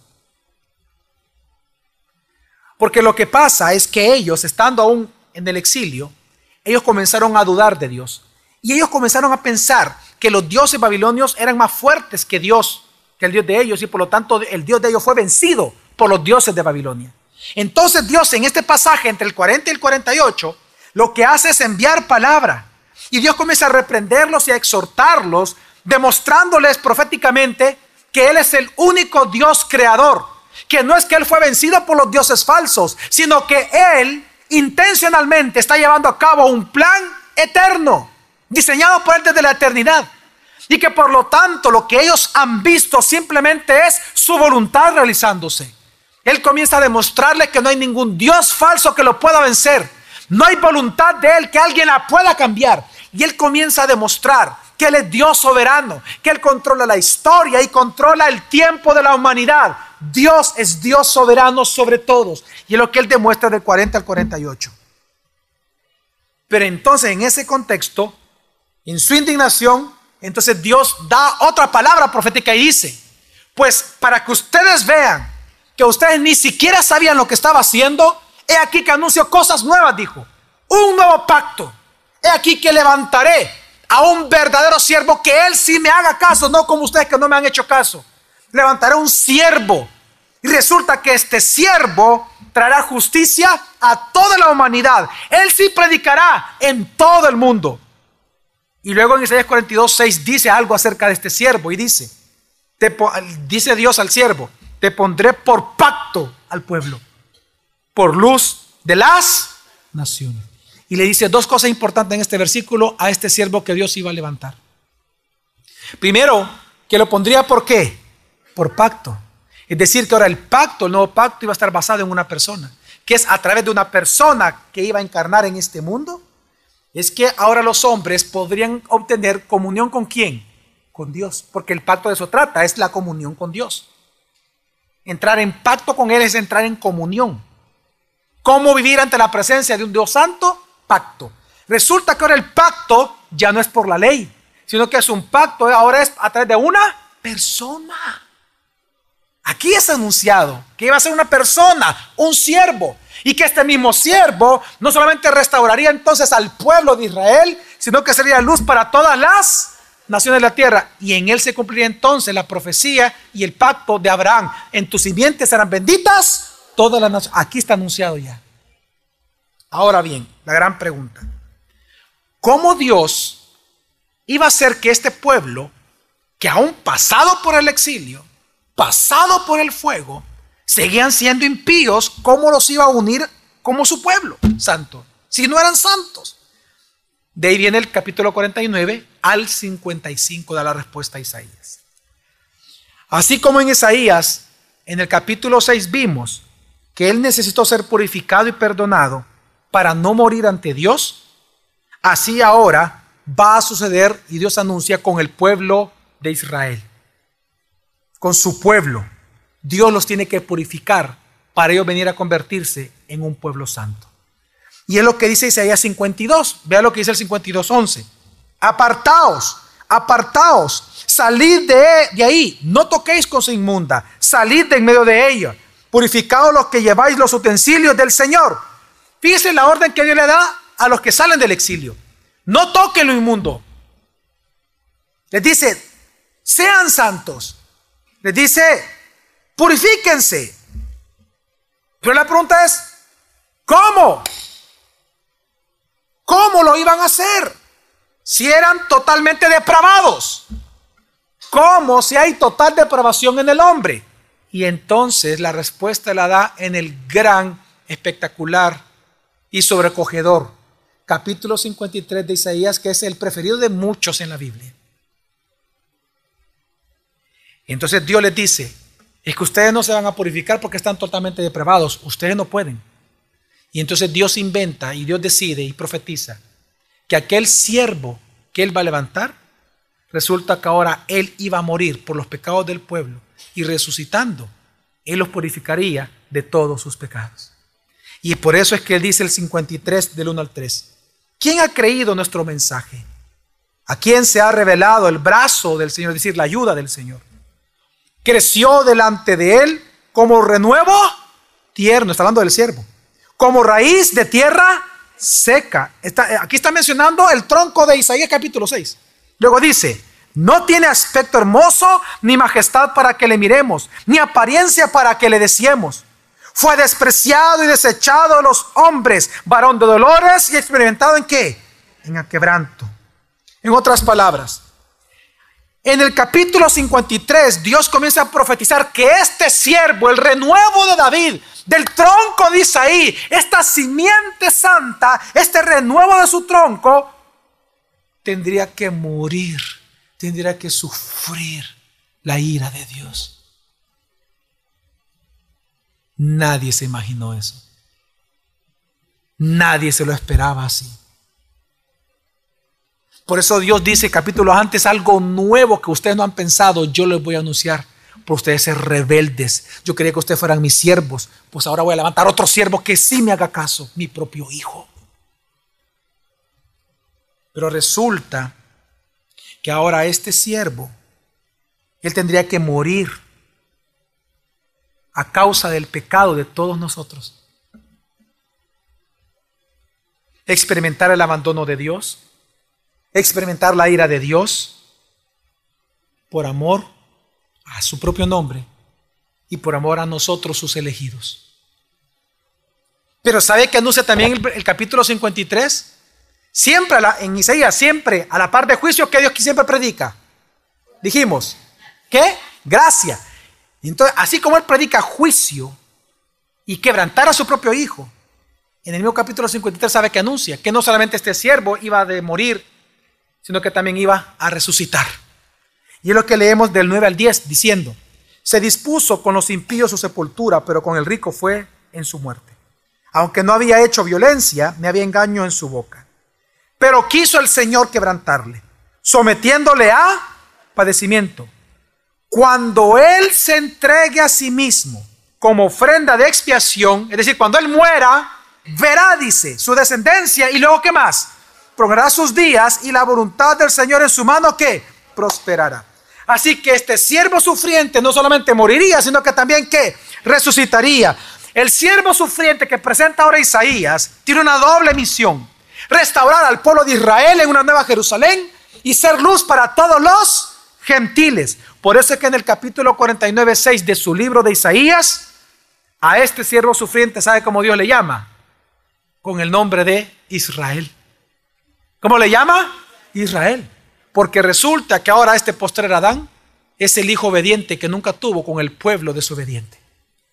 Speaker 1: Porque lo que pasa es que ellos, estando aún en el exilio, ellos comenzaron a dudar de Dios. Y ellos comenzaron a pensar que los dioses babilonios eran más fuertes que Dios, que el Dios de ellos, y por lo tanto el Dios de ellos fue vencido por los dioses de Babilonia. Entonces Dios en este pasaje entre el 40 y el 48 lo que hace es enviar palabra, y Dios comienza a reprenderlos y a exhortarlos, demostrándoles proféticamente que Él es el único Dios creador, que no es que Él fue vencido por los dioses falsos, sino que Él intencionalmente está llevando a cabo un plan eterno, diseñado por Él desde la eternidad. Y que por lo tanto lo que ellos han visto simplemente es su voluntad realizándose. Él comienza a demostrarle que no hay ningún Dios falso que lo pueda vencer. No hay voluntad de Él que alguien la pueda cambiar. Y Él comienza a demostrar que Él es Dios soberano, que Él controla la historia y controla el tiempo de la humanidad. Dios es Dios soberano sobre todos. Y es lo que Él demuestra del 40 al 48. Pero entonces en ese contexto, en su indignación, entonces Dios da otra palabra profética y dice, pues para que ustedes vean que ustedes ni siquiera sabían lo que estaba haciendo, he aquí que anuncio cosas nuevas, dijo, un nuevo pacto. He aquí que levantaré a un verdadero siervo que Él sí me haga caso, no como ustedes que no me han hecho caso. Levantaré un siervo y resulta que este siervo traerá justicia a toda la humanidad. Él sí predicará en todo el mundo. Y luego en Isaías 42:6 dice algo acerca de este siervo y dice Dios al siervo, te pondré por pacto al pueblo, por luz de las naciones. Y le dice dos cosas importantes en este versículo a este siervo que Dios iba a levantar. Primero, que lo pondría ¿por qué? Por pacto. Es decir, que ahora el nuevo pacto iba a estar basado en una persona, que es a través de una persona que iba a encarnar en este mundo. Es que ahora los hombres podrían obtener comunión ¿con quién? Con Dios, porque el pacto de eso trata, es la comunión con Dios. Entrar en pacto con Él es entrar en comunión. ¿Cómo vivir ante la presencia de un Dios santo? Pacto. Resulta que ahora el pacto ya no es por la ley, sino que es un pacto, ahora es a través de una persona. Aquí es anunciado que iba a ser una persona, un siervo, y que este mismo siervo no solamente restauraría entonces al pueblo de Israel, sino que sería luz para todas las naciones de la tierra. Y en él se cumpliría entonces la profecía y el pacto de Abraham. En tus simientes serán benditas todas las naciones. Aquí está anunciado ya. Ahora bien, la gran pregunta: ¿cómo Dios iba a hacer que este pueblo, que aún pasado por el exilio, pasado por el fuego, Seguían siendo impíos. ¿Cómo los iba a unir como su pueblo santo si no eran santos? De ahí viene el capítulo 49 al 55 de la respuesta a Isaías. Así como en Isaías, en el capítulo 6 vimos que él necesitó ser purificado y perdonado para no morir ante Dios, así ahora va a suceder, y Dios anuncia, con el pueblo de Israel. Con su pueblo. Dios los tiene que purificar para ellos venir a convertirse en un pueblo santo. Y es lo que dice Isaías 52. Vea lo que dice el 52:11. Apartaos, apartaos, salid de ahí, no toquéis cosa inmunda, salid de en medio de ella, purificaos los que lleváis los utensilios del Señor. Fíjense la orden que Dios le da a los que salen del exilio. No toquen lo inmundo. Les dice, sean santos. Les dice, purifíquense. Pero la pregunta es, ¿cómo? ¿Cómo lo iban a hacer? Si eran totalmente depravados. ¿Cómo si hay total depravación en el hombre? Y entonces la respuesta la da en el gran, espectacular y sobrecogedor capítulo 53 de Isaías, que es el preferido de muchos en la Biblia. Entonces Dios les dice, es que ustedes no se van a purificar porque están totalmente depravados, ustedes no pueden. Y entonces Dios inventa y Dios decide y profetiza que aquel siervo que él va a levantar, resulta que ahora él iba a morir por los pecados del pueblo y resucitando, él los purificaría de todos sus pecados. Y por eso es que él dice el 53 del 1 al 3. ¿Quién ha creído nuestro mensaje? ¿A quién se ha revelado el brazo del Señor, es decir, la ayuda del Señor? Creció delante de él como renuevo tierno, está hablando del siervo, como raíz de tierra seca. Aquí está mencionando el tronco de Isaías capítulo 6. Luego dice, no tiene aspecto hermoso, ni majestad para que le miremos, ni apariencia para que le deseemos. Fue despreciado y desechado de los hombres, varón de dolores y experimentado ¿en qué? En el quebranto. En otras palabras, en el capítulo 53, Dios comienza a profetizar que este siervo, el renuevo de David, del tronco de Isaí, esta simiente santa, este renuevo de su tronco, tendría que morir, tendría que sufrir la ira de Dios. Nadie se imaginó eso. Nadie se lo esperaba así. Por eso Dios dice capítulos antes, algo nuevo que ustedes no han pensado, yo les voy a anunciar. Por ustedes ser rebeldes. Yo quería que ustedes fueran mis siervos, pues ahora voy a levantar otro siervo que sí me haga caso, mi propio hijo. Pero resulta que ahora este siervo, él tendría que morir a causa del pecado de todos nosotros. Experimentar el abandono de Dios, experimentar la ira de Dios por amor a su propio nombre y por amor a nosotros, sus elegidos. Pero ¿sabe qué anuncia también el capítulo 53? Siempre en Isaías, siempre a la par de juicio que Dios siempre predica. Dijimos, ¿qué? Gracia. Y entonces, así como él predica juicio y quebrantar a su propio hijo, en el mismo capítulo 53 sabe que anuncia que no solamente este siervo iba a morir, sino que también iba a resucitar. Y es lo que leemos del 9 al 10, diciendo, se dispuso con los impíos su sepultura, pero con el rico fue en su muerte. Aunque no había hecho violencia, ni había engaño en su boca. Pero quiso el Señor quebrantarle, sometiéndole a padecimiento. Cuando Él se entregue a sí mismo como ofrenda de expiación, es decir, cuando Él muera, verá, dice, su descendencia, y luego ¿qué más? Prolongará sus días, y la voluntad del Señor en su mano, ¿qué? Prosperará. Así que este siervo sufriente no solamente moriría, sino que también ¿qué? Resucitaría. El siervo sufriente que presenta ahora Isaías tiene una doble misión: restaurar al pueblo de Israel en una nueva Jerusalén y ser luz para todos los gentiles. Por eso es que en el capítulo 49:6 de su libro de Isaías, a este siervo sufriente, ¿sabe cómo Dios le llama? Con el nombre de Israel. ¿Cómo le llama? Israel. Porque resulta que ahora este postrer Adán es el hijo obediente que nunca tuvo con el pueblo desobediente.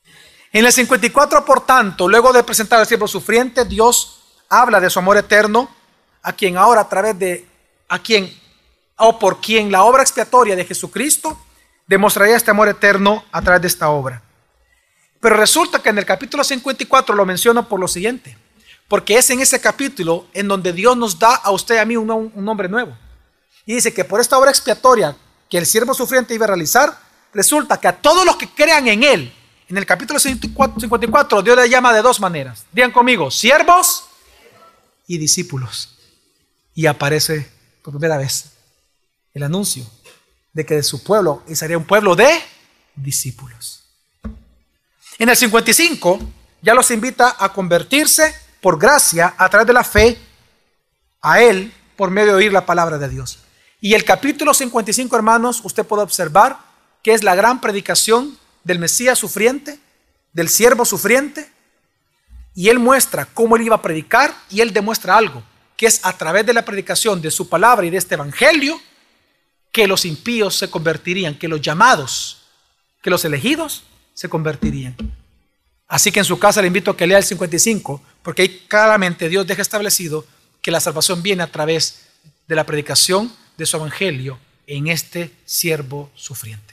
Speaker 1: En el 54, por tanto, luego de presentar al siervo sufriente, Dios habla de su amor eterno, a quien ahora a través de, por quien la obra expiatoria de Jesucristo demostraría este amor eterno a través de esta obra. Pero resulta que en el capítulo 54 lo menciona por lo siguiente, porque es en ese capítulo en donde Dios nos da a usted y a mí un nombre nuevo. Y dice que por esta obra expiatoria que el siervo sufriente iba a realizar, resulta que a todos los que crean en él, en el capítulo 54, Dios le llama de dos maneras. Digan conmigo, siervos y discípulos. Y aparece por primera vez el anuncio de que de su pueblo sería un pueblo de discípulos. En el 55 ya los invita a convertirse por gracia a través de la fe a Él por medio de oír la palabra de Dios. Y el capítulo 55, hermanos, usted puede observar que es la gran predicación del Mesías sufriente, del siervo sufriente, y Él muestra cómo Él iba a predicar, y Él demuestra algo, que es a través de la predicación de su palabra y de este evangelio que los impíos se convertirían, que los llamados, que los elegidos se convertirían. Así que en su casa le invito a que lea el 55, porque ahí claramente Dios deja establecido que la salvación viene a través de la predicación de su evangelio en este siervo sufriente.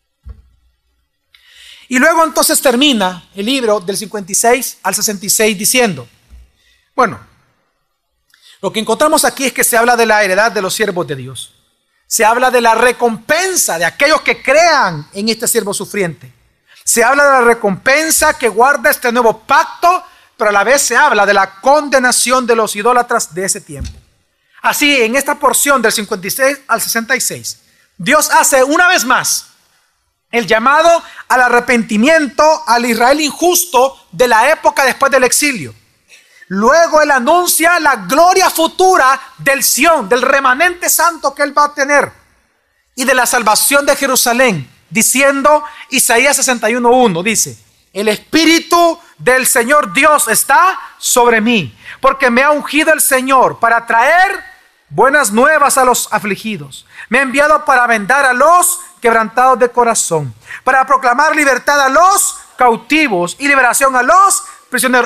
Speaker 1: Y luego entonces termina el libro del 56 al 66 diciendo, bueno, lo que encontramos aquí es que se habla de la heredad de los siervos de Dios. Se habla de la recompensa de aquellos que crean en este siervo sufriente. Se habla de la recompensa que guarda este nuevo pacto, pero a la vez se habla de la condenación de los idólatras de ese tiempo. Así, en esta porción del 56 al 66, Dios hace una vez más el llamado al arrepentimiento al Israel injusto de la época después del exilio. Luego Él anuncia la gloria futura del Sión, del remanente santo que Él va a tener, y de la salvación de Jerusalén, diciendo, Isaías 61:1, dice, el Espíritu del Señor Dios está sobre mí, porque me ha ungido el Señor para traer buenas nuevas a los afligidos. Me ha enviado para vendar a los quebrantados de corazón, para proclamar libertad a los cautivos y liberación a los prisioneros.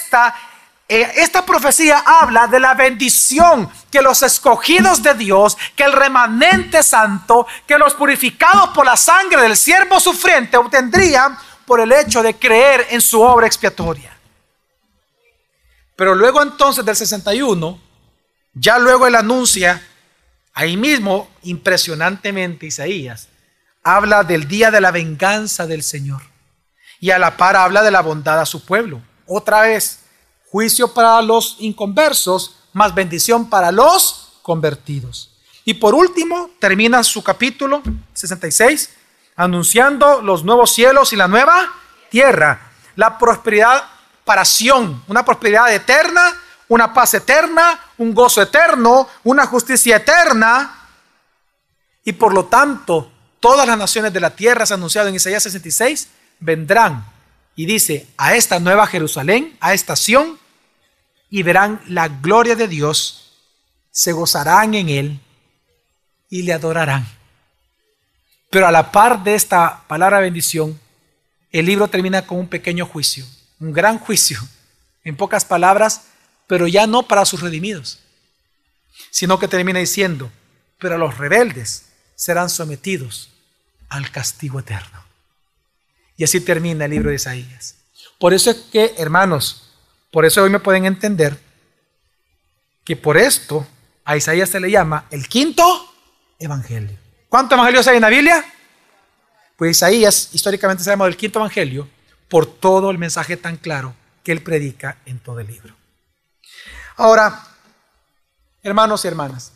Speaker 1: Esta profecía habla de la bendición que los escogidos de Dios, que el remanente santo, que los purificados por la sangre del siervo sufriente obtendrían por el hecho de creer en su obra expiatoria. Pero luego entonces del 61, ya luego Él anuncia, ahí mismo impresionantemente Isaías, habla del día de la venganza del Señor. Y a la par habla de la bondad a su pueblo. Otra vez, juicio para los inconversos, más bendición para los convertidos. Y por último, termina su capítulo 66, anunciando los nuevos cielos y la nueva tierra. La prosperidad para Sión, una prosperidad eterna, una paz eterna, un gozo eterno, una justicia eterna. Y por lo tanto, todas las naciones de la tierra, es anunciado en Isaías 66, vendrán. Y dice, a esta nueva Jerusalén, a esta Sión, y verán la gloria de Dios, se gozarán en Él y le adorarán. Pero a la par de esta palabra bendición, el libro termina con un pequeño juicio, un gran juicio, en pocas palabras, pero ya no para sus redimidos, sino que termina diciendo, pero los rebeldes serán sometidos al castigo eterno. Y así termina el libro de Isaías. Por eso es que, hermanos, por eso hoy me pueden entender que por esto a Isaías se le llama el quinto evangelio. ¿Cuántos evangelios hay en la Biblia? Pues Isaías históricamente se llama el quinto evangelio por todo el mensaje tan claro que él predica en todo el libro. Ahora, hermanos y hermanas,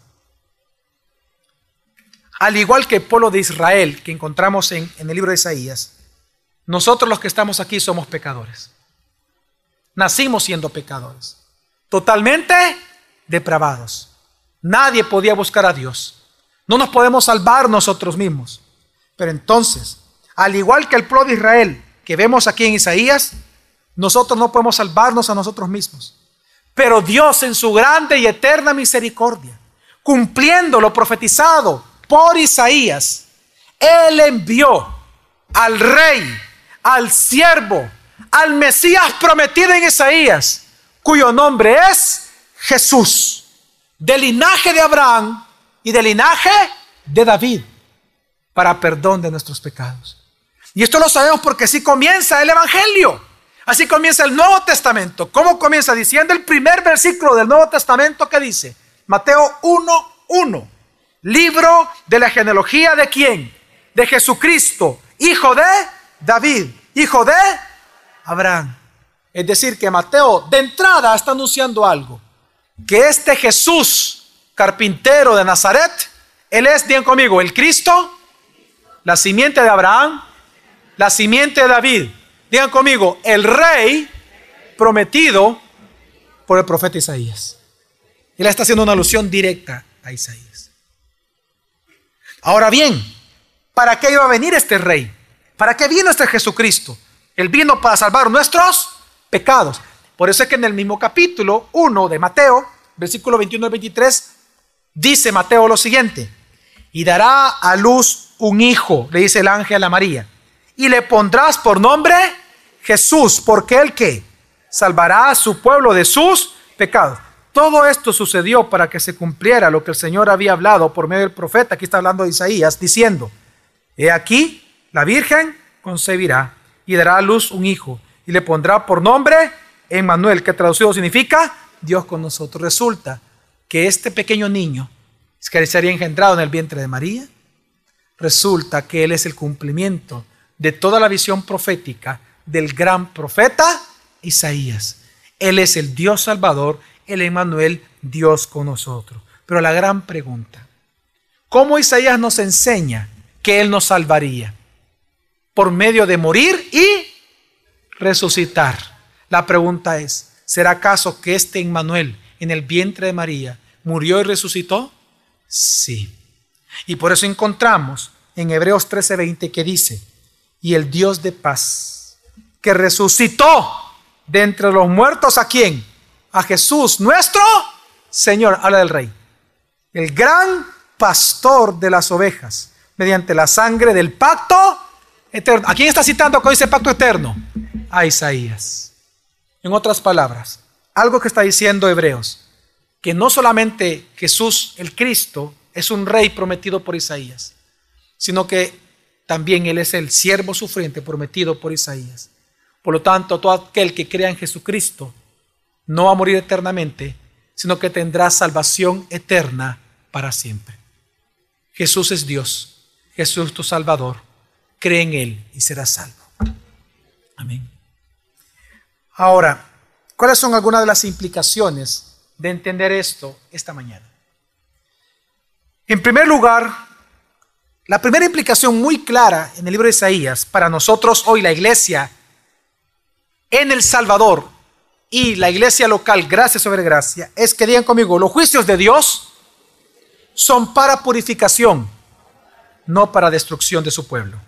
Speaker 1: al igual que el pueblo de Israel que encontramos en el libro de Isaías, nosotros los que estamos aquí somos pecadores. Nacimos siendo pecadores, totalmente depravados. Nadie podía buscar a Dios. No nos podemos salvar nosotros mismos. Pero entonces, al igual que el pueblo de Israel que vemos aquí en Isaías, nosotros no podemos salvarnos a nosotros mismos. Pero Dios en su grande y eterna misericordia, cumpliendo lo profetizado por Isaías, Él envió al Rey, al siervo, al Mesías prometido en Isaías, cuyo nombre es Jesús, del linaje de Abraham y del linaje de David, para perdón de nuestros pecados. Y esto lo sabemos porque así comienza el Evangelio, así comienza el Nuevo Testamento. ¿Cómo comienza? Diciendo el primer versículo del Nuevo Testamento que dice, Mateo 1:1, libro de la genealogía ¿de quién? De Jesucristo, hijo de David, hijo de Abraham. Es decir, que Mateo de entrada está anunciando algo, que este Jesús, carpintero de Nazaret, él es, digan conmigo, el Cristo, la simiente de Abraham, la simiente de David. Digan conmigo, el rey prometido por el profeta Isaías. Él está haciendo una alusión directa a Isaías. Ahora bien, ¿para qué iba a venir este rey? ¿Para qué vino este Jesucristo? Él vino para salvar nuestros pecados. Por eso es que en el mismo capítulo 1 de Mateo, versículo 21 al 23, dice Mateo lo siguiente: y dará a luz un hijo, le dice el ángel a María, y le pondrás por nombre Jesús, porque él que salvará a su pueblo de sus pecados. Todo esto sucedió para que se cumpliera lo que el Señor había hablado por medio del profeta. Aquí está hablando de Isaías, diciendo: he aquí, la virgen concebirá y dará a luz un hijo, y le pondrá por nombre Emmanuel, que traducido significa Dios con nosotros. Resulta que este pequeño niño que sería engendrado en el vientre de María, resulta que él es el cumplimiento de toda la visión profética del gran profeta Isaías. Él es el Dios Salvador, el Emmanuel, Dios con nosotros. Pero la gran pregunta, ¿cómo Isaías nos enseña que Él nos salvaría? Por medio de morir y resucitar. La pregunta es, ¿será acaso que este Emmanuel en el vientre de María murió y resucitó? Sí. Y por eso encontramos en Hebreos 13:20 que dice: y el Dios de paz, que resucitó de entre los muertos, ¿a quién? A Jesús, nuestro Señor. Habla del Rey, el gran pastor de las ovejas, mediante la sangre del pacto eterno. ¿A quién está citando cuando dice pacto eterno? A Isaías. En otras palabras, algo que está diciendo Hebreos, que no solamente Jesús, el Cristo, es un rey prometido por Isaías, sino que también Él es el siervo sufriente prometido por Isaías. Por lo tanto, todo aquel que crea en Jesucristo no va a morir eternamente, sino que tendrá salvación eterna para siempre. Jesús es Dios, Jesús es tu Salvador. Cree en Él y serás salvo. Amén. Ahora, ¿cuáles son algunas de las implicaciones de entender esto esta mañana? En primer lugar, la primera implicación muy clara en el libro de Isaías para nosotros hoy, la iglesia en El Salvador y la iglesia local, gracia sobre gracia, es que digan conmigo, los juicios de Dios son para purificación, no para destrucción de su pueblo.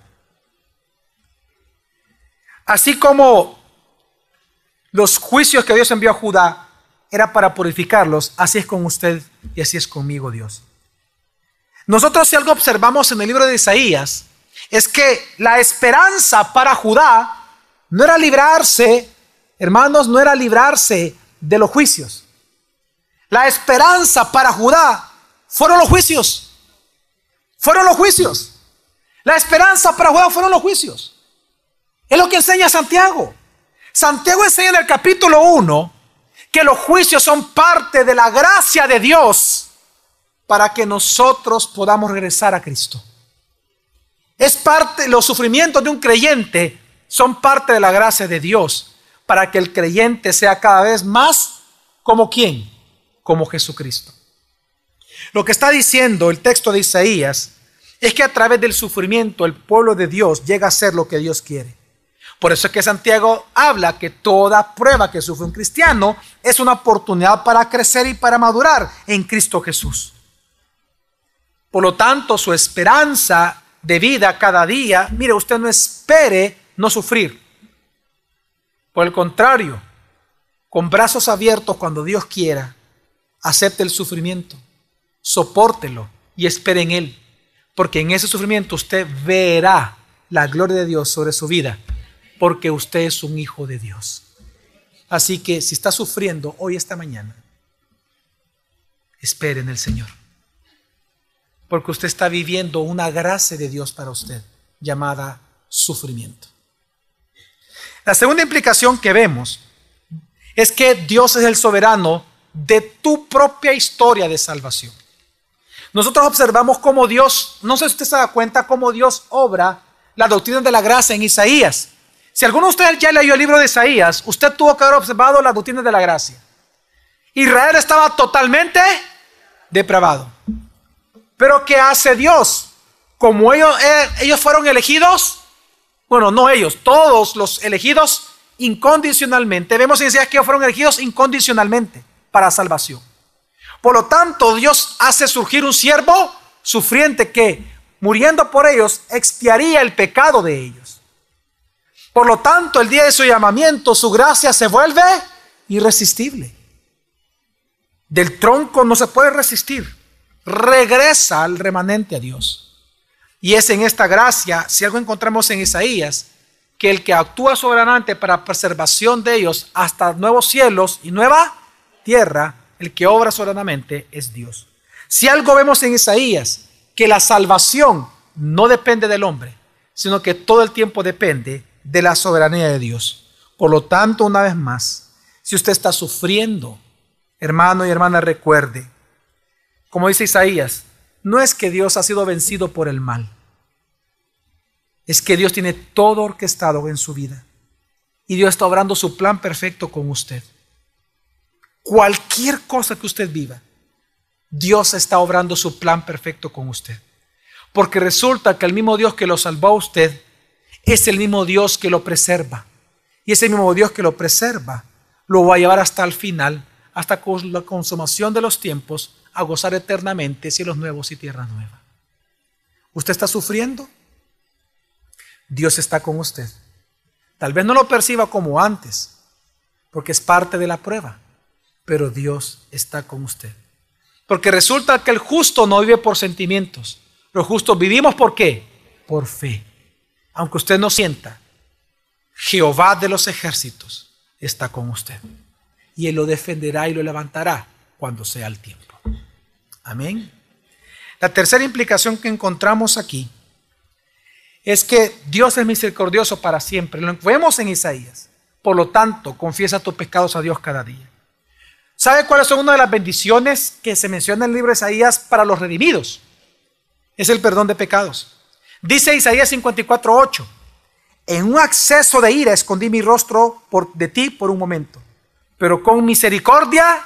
Speaker 1: Así como los juicios que Dios envió a Judá era para purificarlos, así es con usted y así es conmigo, Dios. Nosotros, si algo observamos en el libro de Isaías, es que la esperanza para Judá no era librarse, hermanos, no era librarse de los juicios. La esperanza para Judá fueron los juicios. Fueron los juicios. La esperanza para Judá fueron los juicios. Es lo que enseña Santiago. Santiago enseña en el capítulo 1 que los juicios son parte de la gracia de Dios para que nosotros podamos regresar a Cristo. Es parte, los sufrimientos de un creyente son parte de la gracia de Dios para que el creyente sea cada vez más como ¿quién? Como Jesucristo. Lo que está diciendo el texto de Isaías es que a través del sufrimiento el pueblo de Dios llega a ser lo que Dios quiere. Por eso es que Santiago habla que toda prueba que sufre un cristiano es una oportunidad para crecer y para madurar en Cristo Jesús. Por lo tanto, su esperanza de vida cada día, mire, usted no espere no sufrir. Por el contrario, con brazos abiertos cuando Dios quiera, acepte el sufrimiento, sopórtelo y espere en Él. Porque en ese sufrimiento usted verá la gloria de Dios sobre su vida Porque usted es un hijo de Dios. Así que si está sufriendo hoy, esta mañana, espere en el Señor. Porque usted está viviendo una gracia de Dios para usted, llamada sufrimiento. La segunda implicación que vemos es que Dios es el soberano de tu propia historia de salvación. Nosotros observamos cómo Dios, no sé si usted se da cuenta, cómo Dios obra la doctrina de la gracia en Isaías. Si alguno de ustedes ya leyó el libro de Isaías, usted tuvo que haber observado la doctrina de la gracia. Israel estaba totalmente depravado. Pero ¿qué hace Dios? Como ellos fueron elegidos, bueno, no ellos, todos los elegidos incondicionalmente. Vemos en Isaías que ellos fueron elegidos incondicionalmente para salvación. Por lo tanto, Dios hace surgir un siervo sufriente que, muriendo por ellos, expiaría el pecado de ellos. Por lo tanto, el día de su llamamiento, su gracia se vuelve irresistible. Del tronco no se puede resistir. Regresa al remanente a Dios. Y es en esta gracia, si algo encontramos en Isaías, que el que actúa soberanamente para preservación de ellos hasta nuevos cielos y nueva tierra, el que obra soberanamente es Dios. Si algo vemos en Isaías, que la salvación no depende del hombre, sino que todo el tiempo depende de la soberanía de Dios. Por lo tanto, una vez más, si usted está sufriendo, hermano y hermana, recuerde, como dice Isaías, no es que Dios ha sido vencido por el mal, es que Dios tiene todo orquestado en su vida y Dios está obrando su plan perfecto con usted. Cualquier cosa que usted viva, Dios está obrando su plan perfecto con usted, porque resulta que el mismo Dios que lo salvó a usted es el mismo Dios que lo preserva, y ese mismo Dios que lo preserva lo va a llevar hasta el final, hasta con la consumación de los tiempos, a gozar eternamente cielos nuevos y tierra nueva. ¿Usted está sufriendo? Dios está con usted. Tal vez no lo perciba como antes, porque es parte de la prueba, pero Dios está con usted. Porque resulta que el justo no vive por sentimientos. Los justos vivimos ¿por qué? Por fe. Aunque usted no sienta, Jehová de los ejércitos está con usted. Y Él lo defenderá y lo levantará cuando sea el tiempo. Amén. La tercera implicación que encontramos aquí es que Dios es misericordioso para siempre. Lo vemos en Isaías. Por lo tanto, confiesa tus pecados a Dios cada día. ¿Sabe cuáles son una de las bendiciones que se menciona en el libro de Isaías para los redimidos? Es el perdón de pecados. Dice Isaías 54:8: en un acceso de ira escondí mi rostro de ti por un momento, pero con misericordia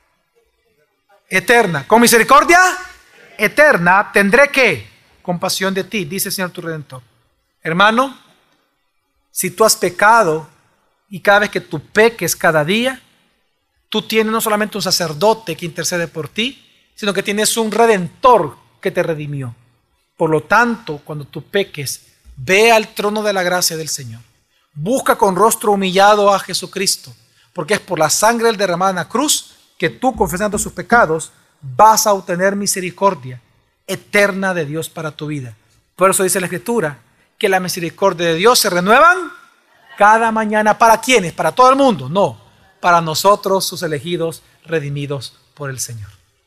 Speaker 1: eterna, con misericordia eterna tendré que compasión de ti, dice el Señor tu Redentor. Hermano, si tú has pecado y cada vez que tú peques cada día, tú tienes no solamente un sacerdote que intercede por ti, sino que tienes un redentor que te redimió. Por lo tanto, cuando tú peques, ve al trono de la gracia del Señor. Busca con rostro humillado a Jesucristo, porque es por la sangre del derramada en la cruz que tú, confesando sus pecados, vas a obtener misericordia eterna de Dios para tu vida. Por eso dice la Escritura que la misericordia de Dios se renuevan cada mañana. ¿Para quiénes? ¿Para todo el mundo? No, para nosotros, sus elegidos, redimidos por el Señor.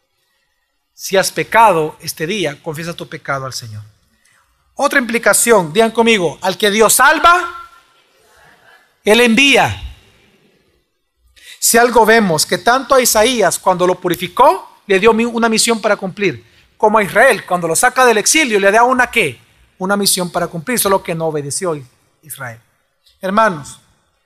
Speaker 1: Si has pecado este día, confiesa tu pecado al Señor. Otra implicación, digan conmigo: al que Dios salva, Él envía. Si algo vemos, que tanto a Isaías cuando lo purificó, le dio una misión para cumplir, como a Israel cuando lo saca del exilio, le da una ¿qué? Una misión para cumplir, solo que no obedeció Israel. Hermanos,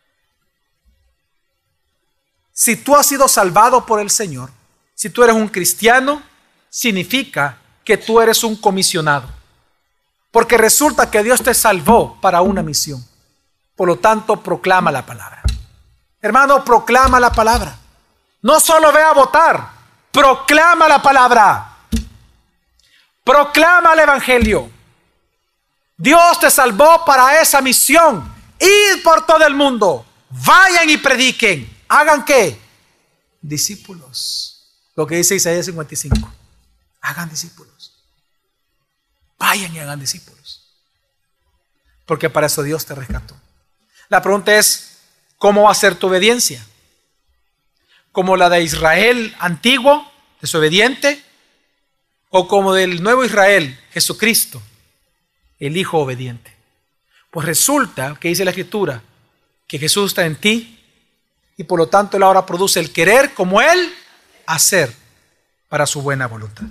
Speaker 1: si tú has sido salvado por el Señor, si tú eres un cristiano, significa que tú eres un comisionado, porque resulta que Dios te salvó para una misión. Por lo tanto, proclama la palabra. Hermano, proclama la palabra. No solo ve a votar, proclama la palabra. Proclama el evangelio. Dios te salvó para esa misión. Id por todo el mundo, vayan y prediquen. ¿Hagan qué? Discípulos. Lo que dice Isaías 55. Hagan discípulos. Vayan y hagan discípulos. Porque para eso Dios te rescató. La pregunta es, ¿cómo va a ser tu obediencia? ¿Como la de Israel antiguo, desobediente? ¿O como del nuevo Israel, Jesucristo, el Hijo obediente? Pues resulta que dice la Escritura que Jesús está en ti y por lo tanto Él ahora produce el querer como Él hacer para su buena voluntad.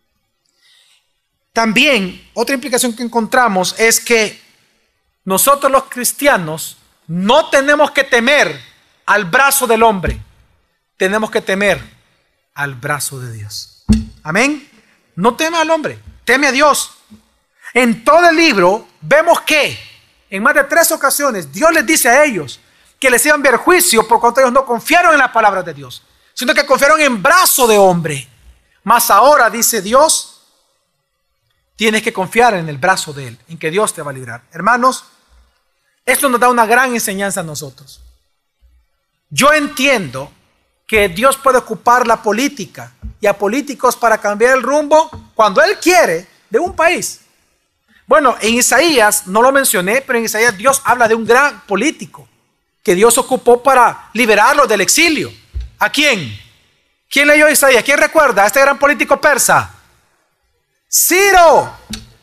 Speaker 1: También otra implicación que encontramos es que nosotros los cristianos no tenemos que temer al brazo del hombre, tenemos que temer al brazo de Dios. Amén. No teme al hombre, teme a Dios. En todo el libro vemos que en más de 3 ocasiones Dios les dice a ellos que les iban a enviar juicio por cuanto ellos no confiaron en las palabras de Dios, sino que confiaron en brazo de hombre. Mas ahora dice Dios, tienes que confiar en el brazo de Él, en que Dios te va a librar. Hermanos, esto nos da una gran enseñanza a nosotros. Yo entiendo que Dios puede ocupar la política y a políticos para cambiar el rumbo cuando Él quiere de un país. Bueno, en Isaías, no lo mencioné, pero en Isaías Dios habla de un gran político que Dios ocupó para liberarlo del exilio. ¿A quién? ¿Quién leyó Isaías? ¿Quién recuerda a este gran político persa? Ciro.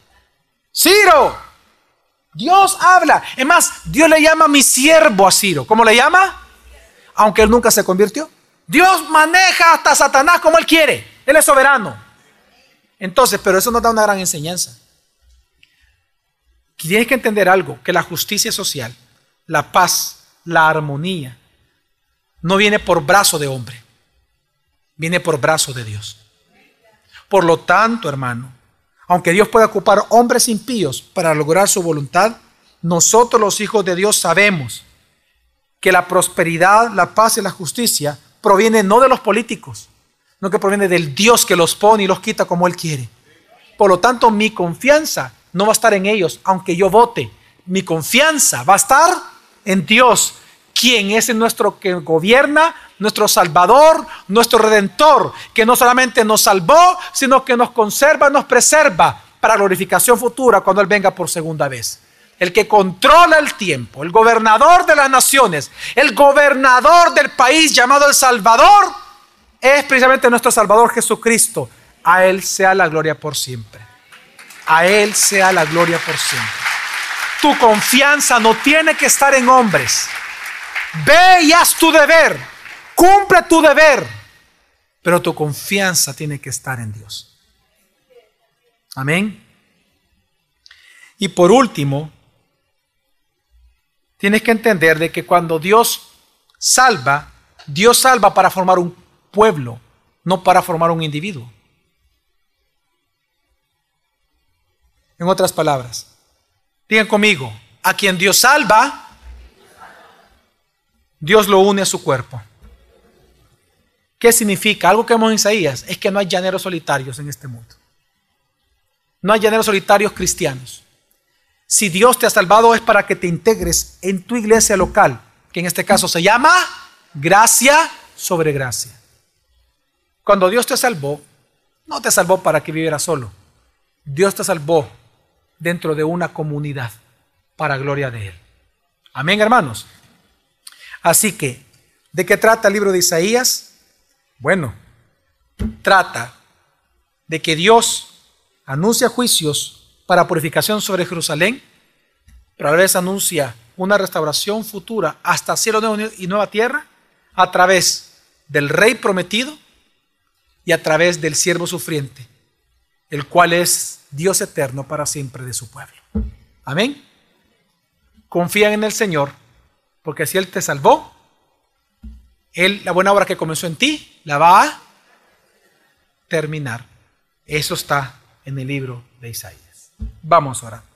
Speaker 1: Dios habla. Es más, Dios le llama mi siervo a Ciro. ¿Cómo le llama? Aunque él nunca se convirtió. Dios maneja hasta Satanás como Él quiere. Él es soberano. Entonces, pero eso nos da una gran enseñanza. Tienes que entender algo, que la justicia social, la paz, la armonía, no viene por brazo de hombre, viene por brazo de Dios. Por lo tanto, hermano, aunque Dios pueda ocupar hombres impíos para lograr su voluntad, nosotros los hijos de Dios sabemos que la prosperidad, la paz y la justicia proviene no de los políticos, sino que proviene del Dios que los pone y los quita como Él quiere. Por lo tanto, mi confianza no va a estar en ellos, aunque yo vote. Mi confianza va a estar en Dios, quien es nuestro que gobierna, nuestro Salvador, nuestro Redentor, que no solamente nos salvó, sino que nos conserva, nos preserva para glorificación futura cuando Él venga por segunda vez. El que controla el tiempo, el gobernador de las naciones, el gobernador del país llamado El Salvador, es precisamente nuestro Salvador Jesucristo. A Él sea la gloria por siempre. A Él sea la gloria por siempre. Tu confianza no tiene que estar en hombres. Ve y haz tu deber. Cumple tu deber. Pero tu confianza tiene que estar en Dios. Amén. Y por último, tienes que entender de que cuando Dios salva para formar un pueblo, no para formar un individuo. En otras palabras, digan conmigo, a quien Dios salva, Dios lo une a su cuerpo. ¿Qué significa? Algo que vemos en Isaías es que no hay llaneros solitarios en este mundo. No hay llaneros solitarios cristianos. Si Dios te ha salvado es para que te integres en tu iglesia local, que en este caso se llama gracia sobre gracia. Cuando Dios te salvó, no te salvó para que vivieras solo. Dios te salvó dentro de una comunidad para gloria de Él. Amén, hermanos. Así que, ¿de qué trata el libro de Isaías? Bueno, trata de que Dios anuncia juicios para purificación sobre Jerusalén, pero a la vez anuncia una restauración futura hasta cielo nuevo y nueva tierra a través del Rey prometido y a través del siervo sufriente, el cual es Dios eterno para siempre de su pueblo. Amén. Confían en el Señor, porque si Él te salvó, Él, la buena obra que comenzó en ti, la va a terminar. Eso está en el libro de Isaías. Vamos ahora.